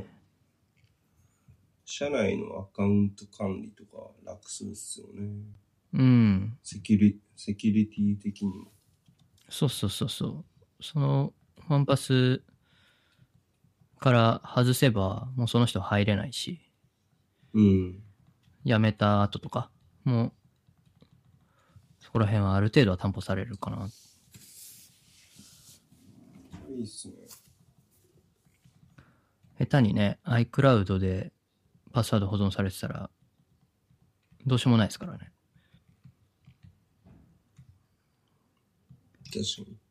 社内のアカウント管理とか楽そうっすよね。 うん。 セキュリ、セキュリティ的にも。 そうそうそうそう。その、ワンパスから外せば、もうその人入れないし、 うん。 辞めた後とか、もう、そこら辺はある程度は担保されるかな。 いいっすね。 下手にね、iCloud でパスワード保存されてたら、どうしようもないですからね。 確かに。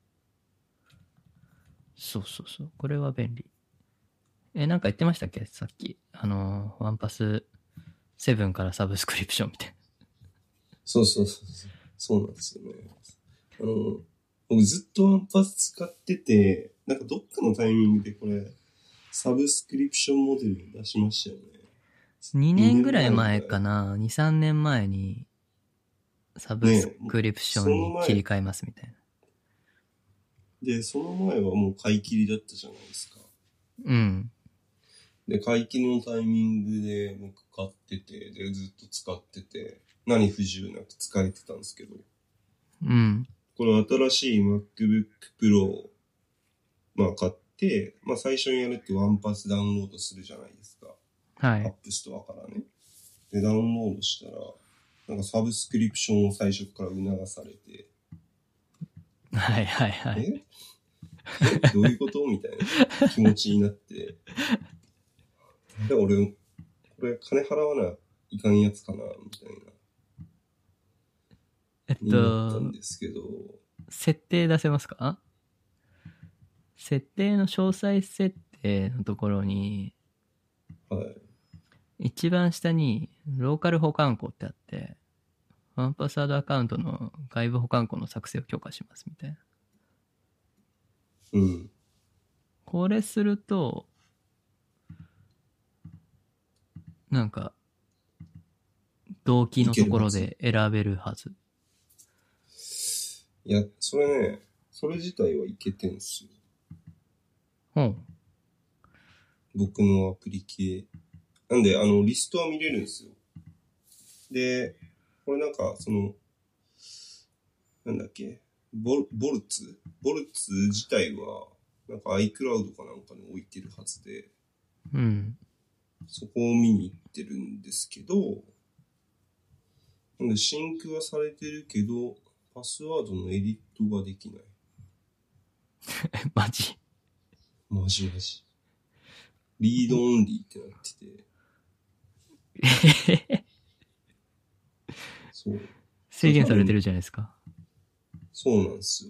そうそうそう。これは便利。え、なんか言ってましたっけさっき。あの、ワンパスセブンからサブスクリプションみたいな。 そうそうそうそう。そうなんですよね。あの、僕ずっとワンパス使ってて、なんかどっかのタイミングでこれ、サブスクリプションモデル出しましたよね。 にねんぐらい前かな。に、さんねんまえに、サブスクリプションに切り替えますみたいな。 ね、で、その前はもう買い切りだったじゃないですか。 うん。 で、買い切りのタイミングで僕買ってて、で、ずっと使ってて、何不自由なく使えてたんですけど、 うん。 この新しい MacBook Pro、まあ買って、まあ最初にやるってワンパスダウンロードするじゃないですか。 はい。 アップストアからね。で、ダウンロードしたら、なんかサブスクリプションを最初から促されて、 はいはいはい。 ええどういうことみたいな気持ちになって、で、俺、これ金払わないかんやつかなみたいな。 えっになったとん、ですけど、 設定出せますか？設定の詳細設定のところに、 はい。 一番下にローカル保管庫ってあって、 ワンパスワードアカウントの外部保管庫の作成を許可しますみたいな。 うん。 これすると、なんか、動機のところで選べるはず。 いや、それね、それ自体はいけてんすよ。 うん。 僕のアプリ系。なんで、あの、リストは見れるんですよ。で、これなんか、その、なんだっけ、ボル、ボルツボルツ自体は、なんか iCloud かなんかに置いてるはずで、 うん。 そこを見に行ってるんですけど、なんで、シンクはされてるけど、パスワードのエディットができない。 マジマジマジ。リードオンリーってなってて。そう。 制限されてるじゃないですか。 そうなんですよ。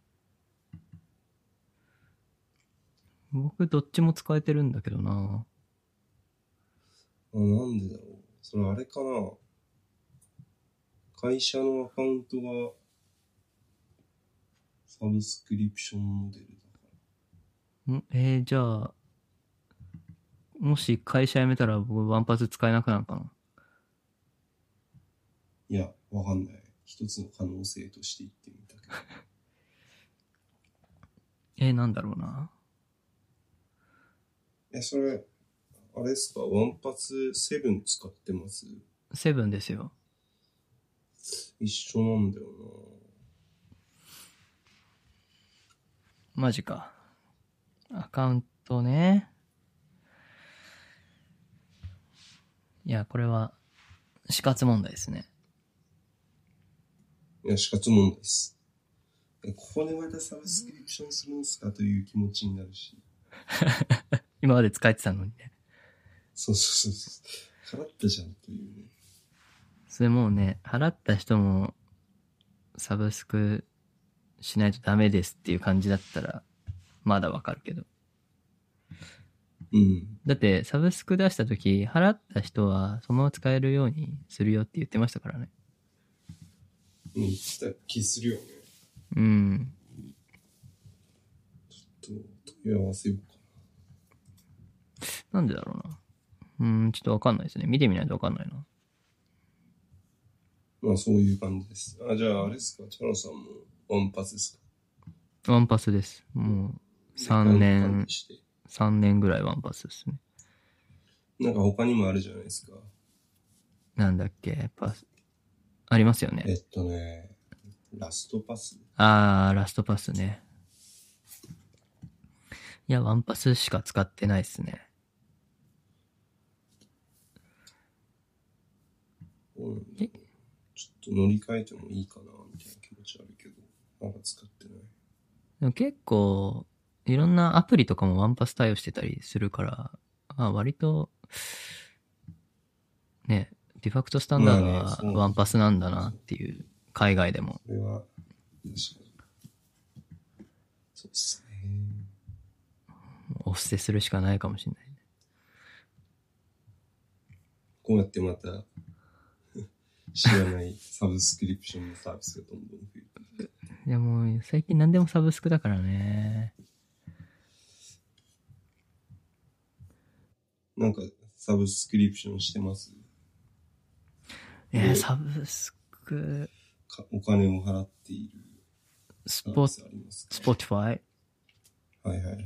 僕どっちも使えてるんだけどな。 あ、なんでだろう。それあれかな。会社のアカウントがサブスクリプションモデルだかんえー、じゃあ、もし会社辞めたら僕ワンパス使えなくなるかな。 いや、わかんない。一つの可能性として言ってみたけど。 えー、なんだろうな。 え、それ、あれですか、ワンパスセブン使ってます？ セブンですよ。 一緒なんだよマジか。アカウントね。いや、これは死活問題ですね。 な。いや、死活問題です。え、ここでまたサブスクリプションするんですかという気持ちになるし。 今まで使えてたのにね。 そうそうそうそう。払ったじゃんというね。 それもうね、払った人もサブスクしないとダメですっていう感じだったら、まだわかるけど。 うん。 だってサブスク出した時、払った人はそのまま使えるようにするよって言ってましたからね。 うん、言ってた気するよね。 うん。 ちょっと問い合わせようかなんでだろうな。うん、ちょっとわかんないですね。見てみないとわかんないな。 な。まあそういう感じです。あ、じゃああれですか、チャロさんもワンパスですか？ ワンパスです。もうさんねん、さんねんぐらいワンパスですね。 なんか他にもあるじゃないですか。 なんだっけ、パス、ありますよね。 えっとね、ラストパス。 あー、ラストパスね。いや、ワンパスしか使ってないっすね。 うん、ちょっと乗り換えてもいいかなみたいな気持ちあるけど、まだ使ってない。 でも結構、いろんなアプリとかもワンパス対応してたりするから、まあ割と、ね、デファクトスタンダードはワンパスなんだなっていう、海外でも。 それは、確かに。そうっすね。 お布施するしかないかもしれない。 こうやってまた、知らないサブスクリプションのサービスがどんどん増えてる。 いやもう、最近何でもサブスクだからね。 なんか、サブスクリプションしてます？ えー、サブスク、 お金を払っているスポ、スポティファイ？ はいはいはい。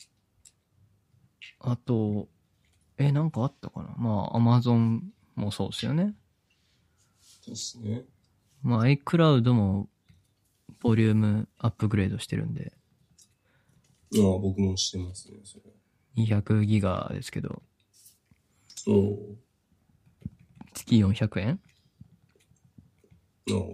あと、え、なんかあったかな。まあ、アマゾンもそうですよね。 そうですね。 まあ、iCloud も、ボリュームアップグレードしてるんで。 ああ、僕もしてますね、それ。 にひゃくギガですけど。 おお。 月よんひゃくえん？ なるほ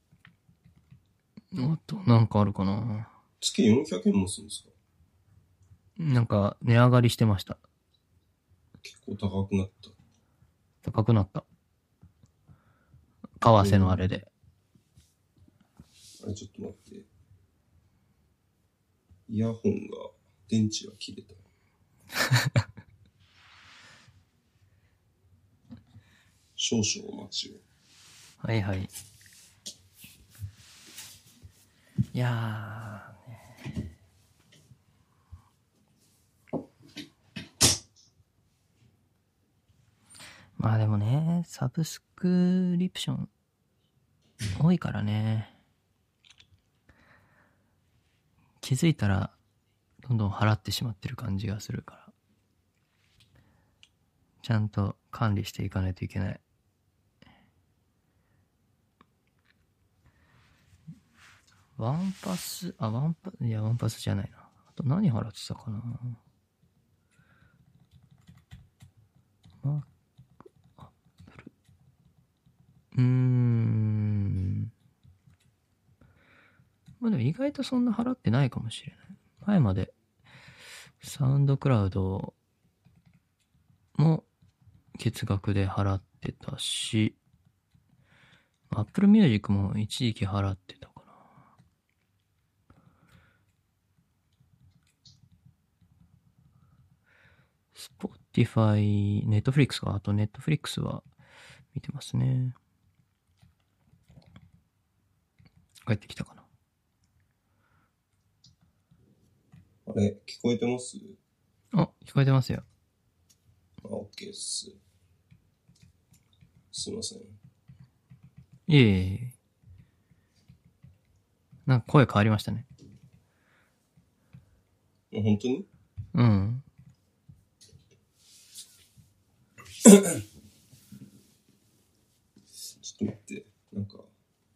ど。あと、なんかあるかな。 月よんひゃくえんもするんですか？ なんか、値上がりしてました。 結構高くなった。 高くなった。為替のあれで。 あれ、ちょっと待って。イヤホンが、電池が切れた。少々お待ちを。 はいはい。いやー、ね、まあでもね、サブスクリプション多いからね。気づいたらどんどん払ってしまってる感じがするから。ちゃんと管理していかないといけない。ワンパス、あ、ワンパス、いや、ワンパスじゃないな。あと何払ってたかな。マック、アップル。うーん。まあでも意外とそんな払ってないかもしれない。前まで、サウンドクラウドも月額で払ってたし、Apple Music も一時期払ってたかな。Spotify、Netflix か。あと Netflix は見てますね。帰ってきたかな。 あれ、聞こえてます？ あ、聞こえてますよ。 あ、OK っす。すいません。 いえいえいえ。なんか声変わりましたね。 あ、本当に？ うん。 ちょっと待って。なんか、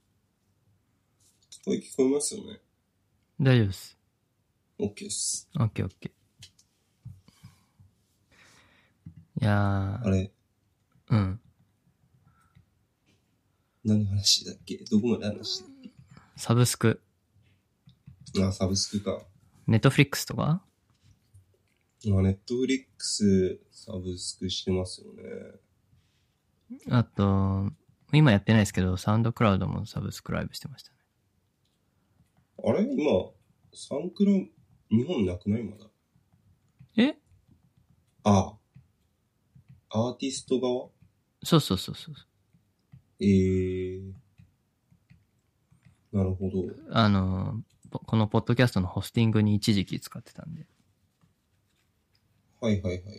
声聞こえますよね？ 大丈夫です。 OK っす。 OK、OK。いやー。 あれ、 うん。 何の話だっけ？どこまで話したっサブスク。 け？あ、サブスクか。 Netflix とか？ あ、Netflix サブスクしてますよね。 あと、今やってないですけど、サウンドクラウドもサブスクライブしてましたね。 あれ今、サンクラ、日本なくない？まだ。 え？ ああ。アーティスト側？ そうそうそうそう。 えー。なるほど。 あの、このポッドキャストのホスティングに一時期使ってたんで。 はいはいはいはいはい。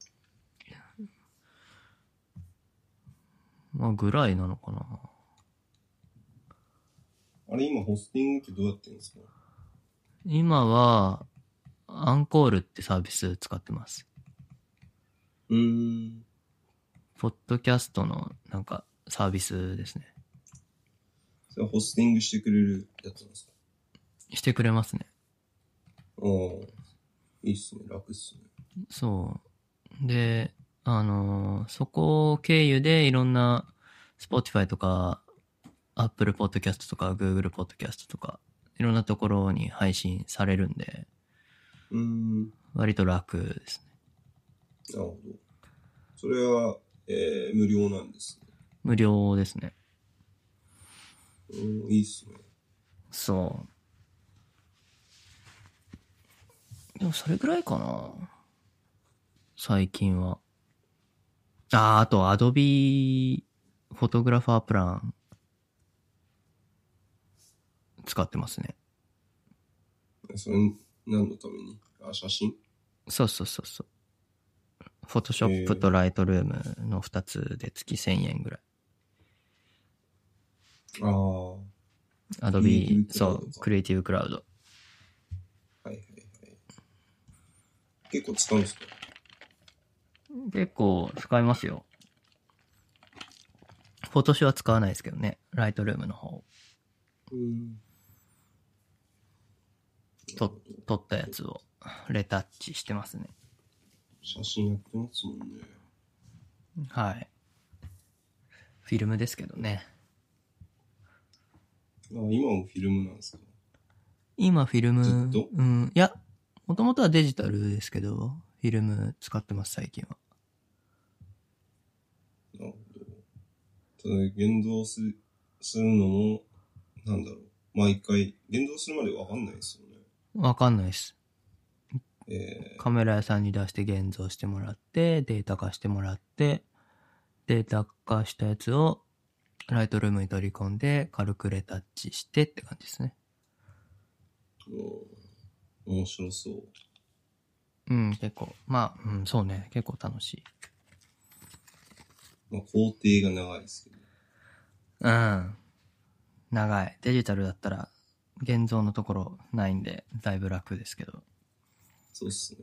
まあ、ぐらいなのかな。 あれ今ホスティングってどうやってるんですか？ 今は、アンコールってサービス使ってます。 うーん。 ポッドキャストのなんかサービスですね。 それはホスティングしてくれるやつなんですか？ してくれますね。 ああ、いいっすね。楽っすね。 そう。で、あのー、そこ経由でいろんな Spotify とか Apple Podcast とか Google Podcast とかいろんなところに配信されるんで、 うーん。 割と楽ですね。 なるほど。それは、えー、無料なんですね。 無料ですね。 うん、いいっすね。 そう。でもそれぐらいかな。最近は。あー、あと Adobe フォトグラファープラン使ってますね。 それ、何のために？あ、写真？ そうそうそうそう。フォトショップとライトルームのふたつで月せんえんぐらい。 ああ。 アドビー、そう、クリエイティブクラウド。 はいはいはい。結構使うんですか？ 結構使いますよ。フォトショーは使わないですけどね。ライトルームの方。 うん。 と、撮ったやつをレタッチしてますね。 写真やってますもんね。 はい。フィルムですけどね。 あ、今もフィルムなんですか？ 今フィルム、 ずっと？ うん、いや、もともとはデジタルですけど、フィルム使ってます、最近は。 なるほど。ただ、現像すするのも、なんだろう。毎回、現像するまでわかんないですよね。 わかんないです。 えー、 カメラ屋さんに出して現像してもらって、データ化してもらって、データ化したやつをライトルームに取り込んで、軽くレタッチしてって感じですね。 お面白そう。 うん、結構。まあ、うん、そうね。結構楽しい。 まあ、工程が長いですけど。 うん。長い。デジタルだったら、現像のところないんで、だいぶ楽ですけど。 そうっすね。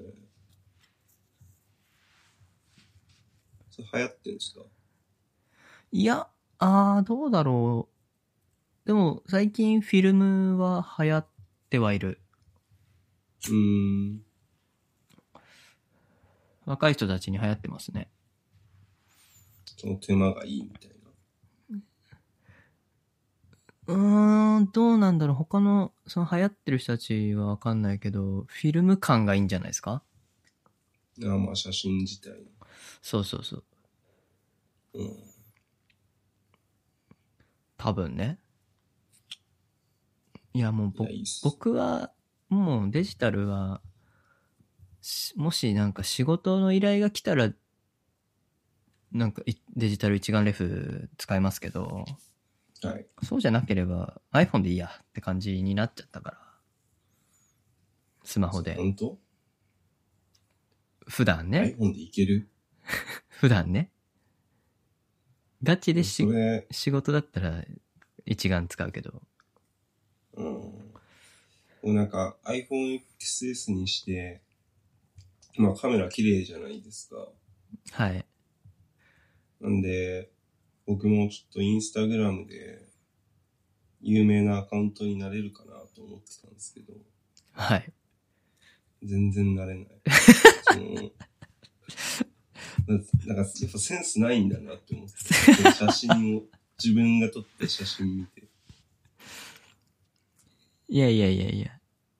それ流行ってんですか？ いや、あー、どうだろう。でも、最近フィルムは流行ってはいる。 うーん。 若い人たちに流行ってますね。 その手間がいいみたいな。 うーん、どうなんだろう。他の、その流行ってる人たちはわかんないけど、フィルム感がいいんじゃないですか？ ああ、まあ写真自体の。 そうそうそう。 うん。 多分ね。いや、もうぼいや、いいっす。 僕は、もうデジタルは、しもしなんか仕事の依頼が来たら、なんかいデジタル一眼レフ使いますけど、 はい。 そうじゃなければ iPhone でいいやって感じになっちゃったから。スマホで。 本当？ 普段ね。 iPhone でいける？ 普段ね。ガチでしそれ、 仕事だったら一眼使うけど。 うん。もうなんか iPhone エックスエス にして、まあカメラ綺麗じゃないですか。 はい。 なんで、僕もちょっとインスタグラムで有名なアカウントになれるかなと思ってたんですけど、 はい。 全然なれない。そのななんかやっぱセンスないんだなって思って、写真を、自分が撮った写真見て。 いやいやいやいや。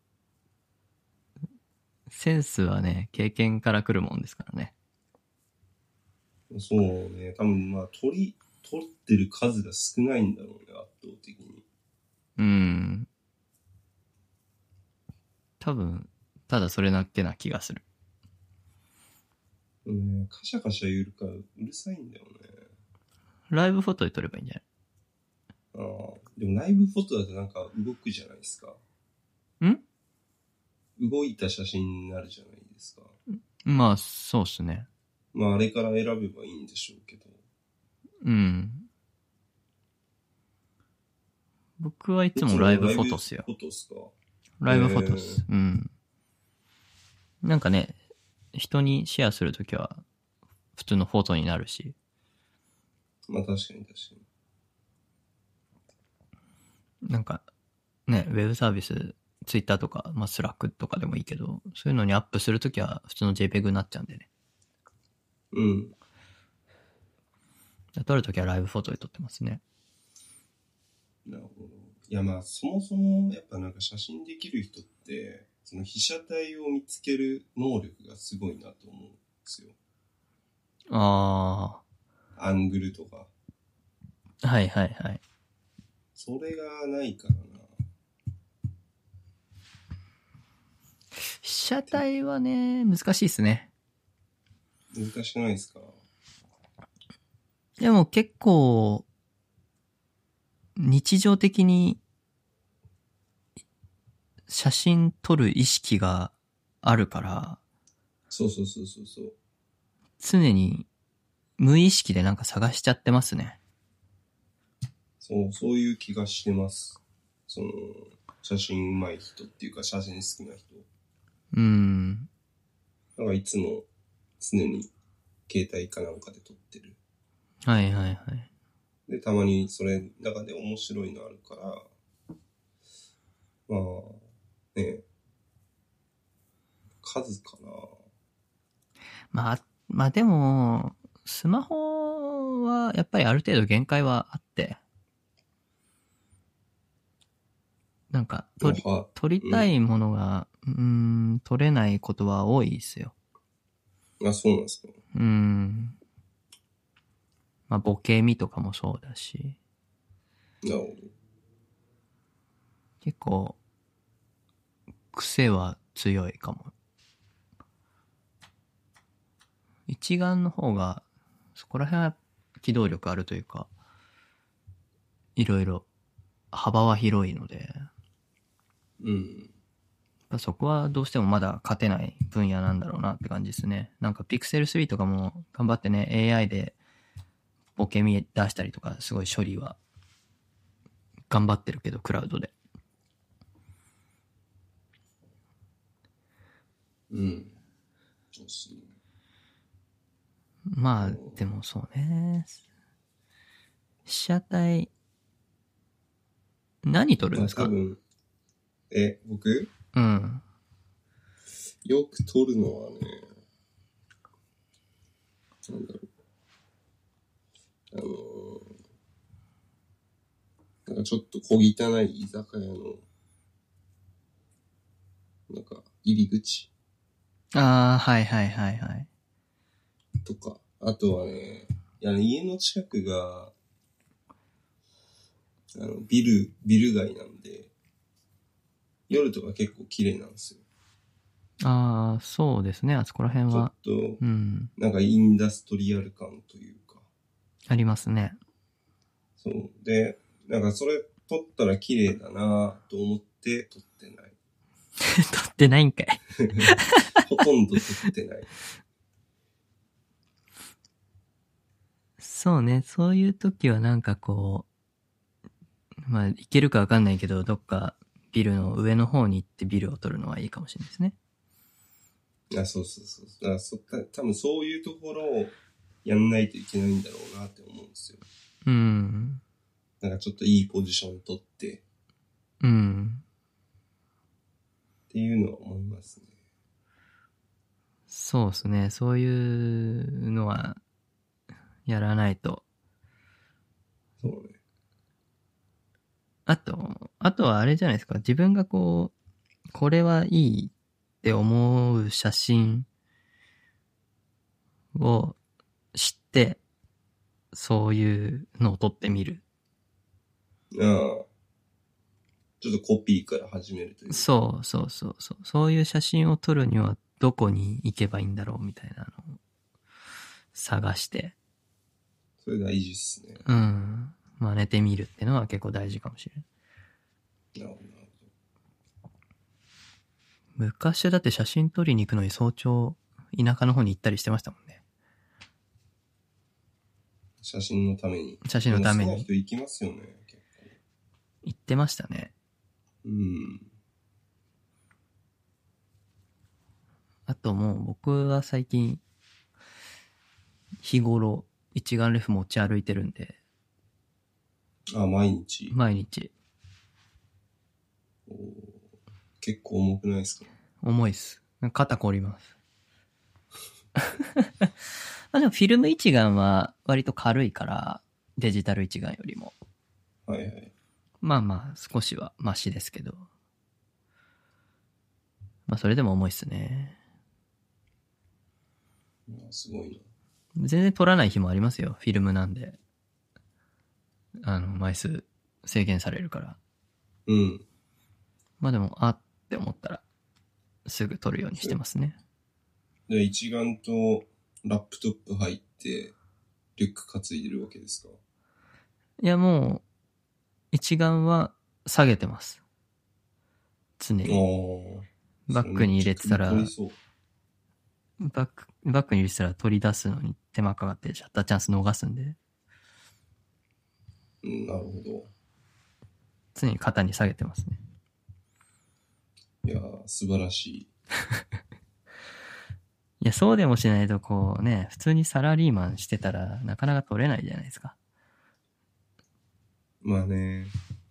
センスはね、経験から来るもんですからね。 そうね、多分まあ撮り、撮ってる数が少ないんだろうね、圧倒的に。 うーん。多分、ただそれだけな気がする。 ね、カシャカシャ言うからうるさいんだよね。 ライブフォトで撮ればいいんじゃああ、でもライブフォトだとなんか動くじゃないですか。 ないん動いた写真になるじゃないですか。 まあ、そうっすね。 まああれから選べばいいんでしょうけど。 うん。僕はいつもライブフォトっすよ。 ライブフォトっすか？ ライブフォトっす。うん。なんかね、人にシェアするときは、普通のフォトになるし。 まあ確かに確かに。 なんか、ね、ウェブサービス、ツイッターとか、まあ、スラックとかでもいいけど、そういうのにアップするときは、普通の JPEG になっちゃうんでね。 うん。 撮るときはライブフォトで撮ってますね。 なるほど。いやまあそもそもやっぱなんか写真できる人って、その被写体を見つける能力がすごいなと思うんですよ。 あアングルとか。 ー。はいはいはい。 それがないからな。 被写体はね、難しいっすね。 難しくないですか？ でも結構、日常的に写真撮る意識があるから、 そうそうそうそうそう。 常に無意識でなんか探しちゃってますね。 そう、そういう気がしてます。その、写真上手い人っていうか写真好きな人。 うん。 なんかいつも常に携帯かなんかで撮ってる。 はいはいはい。 で、たまにそれ中で面白いのあるから、まあ、ね、数かな。 まあ、まあでも、スマホはやっぱりある程度限界はあって、なんか撮り、 は撮りたいものが、うん、うーん撮れないことは多いですよ。 あ、そうなんですか。 うん。まあ、ボケみとかもそうだし、 なるほど。 結構、癖は強いかも。一眼の方が、そこら辺は機動力あるというか、 いろいろ幅は広いので、 うん。 そこはどうしてもまだ勝てない分野なんだろうなって感じですね。なんか ピクセルスリーとかも頑張ってね、エーアイ でボケ見出したりとか、すごい処理は頑張ってるけど、クラウドで。 うん。そうっすね。 まあ、でもそうね。被写体、何撮るんですか？ まあ多分、え、僕うん。 よく撮るのはね、なんだろう。あのー、なんかちょっと小汚い居酒屋の、なんか入り口ああ、はいはいはいはい。 とか、あとはね、いや家の近くが、あの、ビル、ビル街なんで、夜とか結構綺麗なんですよ。 ああ、そうですね。あそこら辺は。 ちょっと、 うん。 なんかインダストリアル感というか。 ありますね。 そう。で、なんかそれ撮ったら綺麗だなと思って撮ってない。 撮ってないんかい。 ほとんど撮ってない。 そうね。そういう時はなんかこう、まあ、行けるかわかんないけど、どっかビルの上の方に行ってビルを撮るのはいいかもしれないですね。 あ、そうそうそう。だからそた多分そういうところをやんないといけないんだろうなって思うんですよ。 うん。 なんかちょっといいポジション取って。 うん。 っていうのは思いますね。 そうですね。そういうのは、やらないと。 そうね。 あと、あとはあれじゃないですか。自分がこう、これはいいって思う写真を知って、そういうのを撮ってみる。 ああ。ちょっとコピーから始めるという。 そうそうそうそう。そういう写真を撮るにはどこに行けばいいんだろうみたいなのを探して。 それ大事っすね。 うん。真似てみるっていうのは結構大事かもしれない。 なるほど、なるほど。 昔はだって写真撮りに行くのに早朝、田舎の方に行ったりしてましたもんね。 写真のために。 写真のために。 好きな人行きますよね、結構。 行ってましたね。 うん。 あともう僕は最近、日頃一眼レフ持ち歩いてるんで。 あ、毎日。 毎日。 お結構重くないですか？ 重いっす。肩凝ります。まあでもフィルム一眼は割と軽いから、デジタル一眼よりも。 はいはい。 まあまあ少しはマシですけど。まあそれでも重いっすね。 すごいな。 全然撮らない日もありますよ。フィルムなんで。あの、枚数制限されるから。 うん。 まあでも、あって思ったら、すぐ撮るようにしてますね。 で、一眼とラップトップ入って、リュック担いでるわけですか？ いやもう、一眼は下げてます。常に。バッグに入れてたら、バッグ、バッグに入れてたら取り出すのに手間かかってシャッターチャンス逃すんで。 うん、なるほど。 常に肩に下げてますね。 いやー、素晴らしい。 いや、そうでもしないとこうね、普通にサラリーマンしてたらなかなか取れないじゃないですか。 まあね。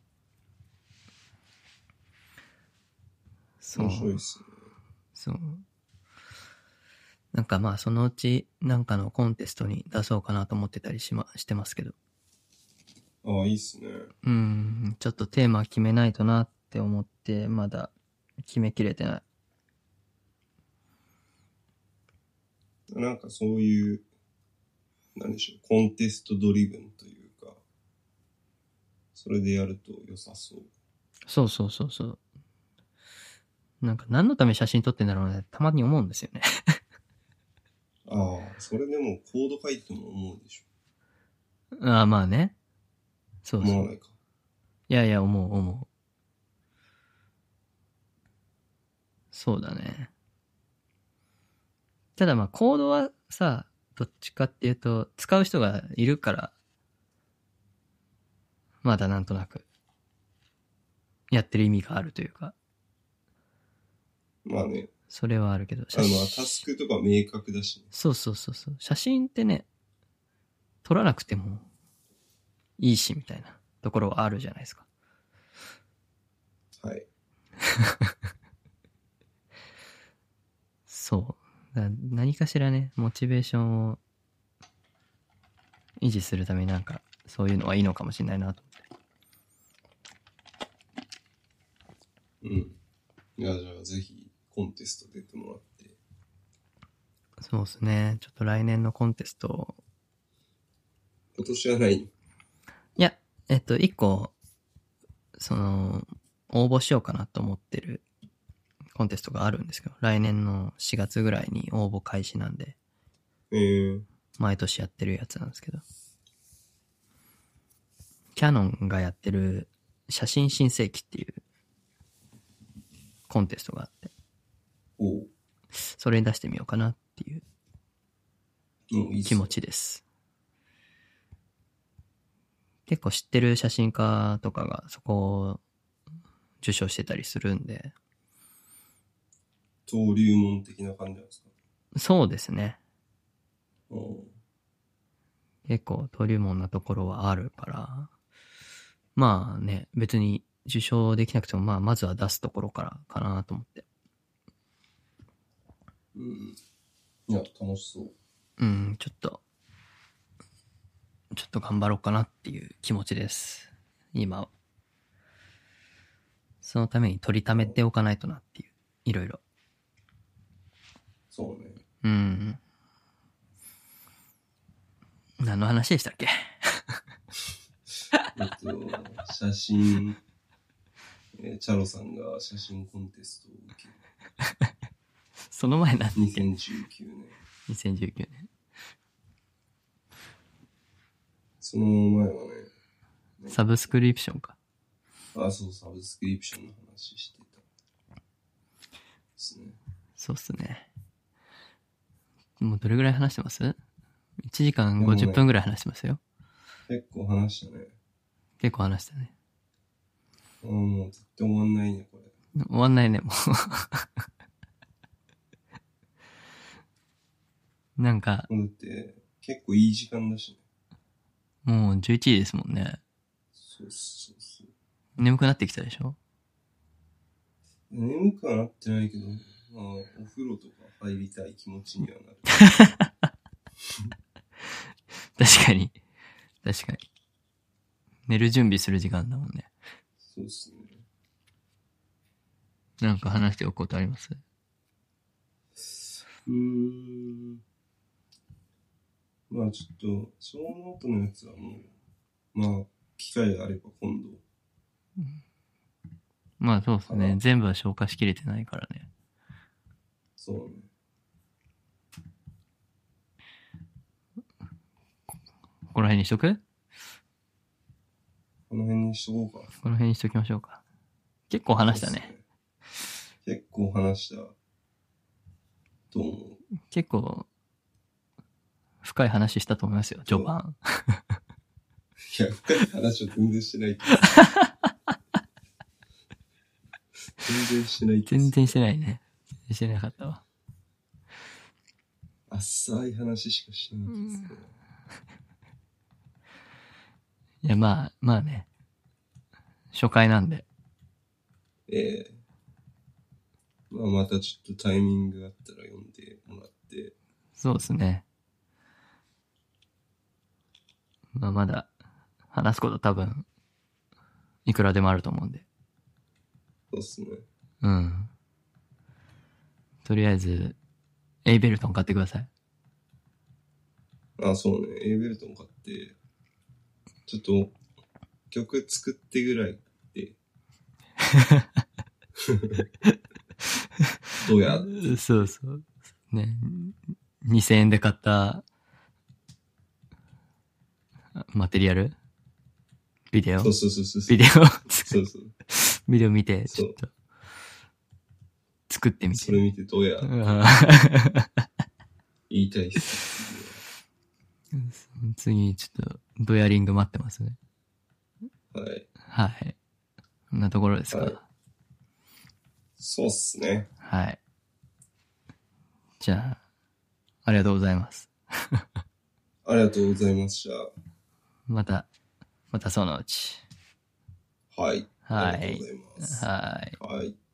そう。 面白いっすね。 そう。なんかまあそのうちなんかのコンテストに出そうかなと思ってたりしま、してますけど。 ああ、いいっすね。 うん、ちょっとテーマ決めないとなって思って、まだ決めきれてない。 なんかそういう、なんでしょう、コンテストドリブンというか、それでやると良さそう。 そうそうそうそう。なんか何のために写真撮ってんだろうね、たまに思うんですよね。 ああ、それでもコード書いても思うでしょ。 ああ、まあね。 そうそう。 思わないか。 いやいや、思う思う。そうだね。ただまあコードはさ、どっちかっていうと使う人がいるからまだなんとなくやってる意味があるというか。 まあね。 それはあるけど。 あのまあタスクとか明確だしね。 そうそうそうそう。写真ってね、撮らなくてもいいしみたいなところはあるじゃないですか。 はい。 そう。だ何かしらね、モチベーションを維持するためになんか、そういうのはいいのかもしれないなと思って。うん。いや、じゃあぜひコンテスト出てもらって。 そうですね。ちょっと来年のコンテスト。 今年はない？いや、えっと、一個、その、応募しようかなと思ってるコンテストがあるんですけど、来年のしがつぐらいに応募開始なんで、 えー、 毎年やってるやつなんですけど、キヤノンがやってる写真新世紀っていうコンテストがあって、 おう。 それに出してみようかなっていううんいいっすね気持ちです。結構知ってる写真家とかがそこを受賞してたりするんで。 登竜門的な感じなんですか？ そうですね。 お結構登竜門なところはあるから、まあね、別に受賞できなくても、まあまずは出すところからかなと思って。 うん。いや、楽しそう。 うん、ちょっと、ちょっと頑張ろうかなっていう気持ちです。今は。そのために取りためておかないとなっていう、いろいろ。 そうね。 うん。何の話でしたっけ？ えっと、写真、えーチャロさんが写真コンテストを受ける。 その前なんだっけ？ にせんじゅうきゅうねん。 にせんじゅうきゅうねん。 その前はね、 サブスクリプションか。 あ、そう、サブスクリプションの話してた。ですね。 そうっすね。もうどれぐらい話してます ?いち 時間ごじゅっぷんぐらい話してますよ。 結構話したね。 結構話したね。 ああ、もう絶対終わんないね、これ。 終わんないね、もう。なんか。 だって、結構いい時間だしね。もうじゅういちじですもんね。 そうそうそう。 眠くなってきたでしょ？ 眠くはなってないけど、まあ、お風呂とか入りたい気持ちにはなる。 確かに。確かに。寝る準備する時間だもんね。 そうっすね。 なんか話しておくことあります？ うーん。まあちょっと、小ノートのやつはもう、まあ、機会があれば今度。 うん、まあそうですね。全部は消化しきれてないからね。 そうね。 この辺にしとく？ この辺にしとこうか。 この辺にしときましょうか。結構話したね。 ね結構話したと思う。 結構、深い話したと思いますよ、序盤。 いや、深い話は全然してないけど。全然してないけど。 全然してないね。全然してなかったわ。 浅い話しかしないんですけど。 いや、まあ、まあね。初回なんで。 ええー。まあ、またちょっとタイミングがあったら読んでもらって。 そうですね。まあ、まだ、話すこと多分、いくらでもあると思うんで。 そうっすね。 うん。とりあえず、エイベルトン買ってください。 あ、そうね。エイベルトン買って、ちょっと、曲作ってぐらいで。どうやってそうそう。ね。にせんえんで買った、マテリアルビデオそうそうそうそう。 ビデオそうそう。 ビデオ見て、ちょっと、作ってみて。 それ見てどうや言いたいっす。 次、ちょっと、ドヤリング待ってますね。 はい。 はい。こんなところですか。はい、 そうっすね。 はい。じゃあ、ありがとうございます。 ありがとうございました。 また、またそのうち。 はい。 はい。 ありがとうございます。 はい。 はい。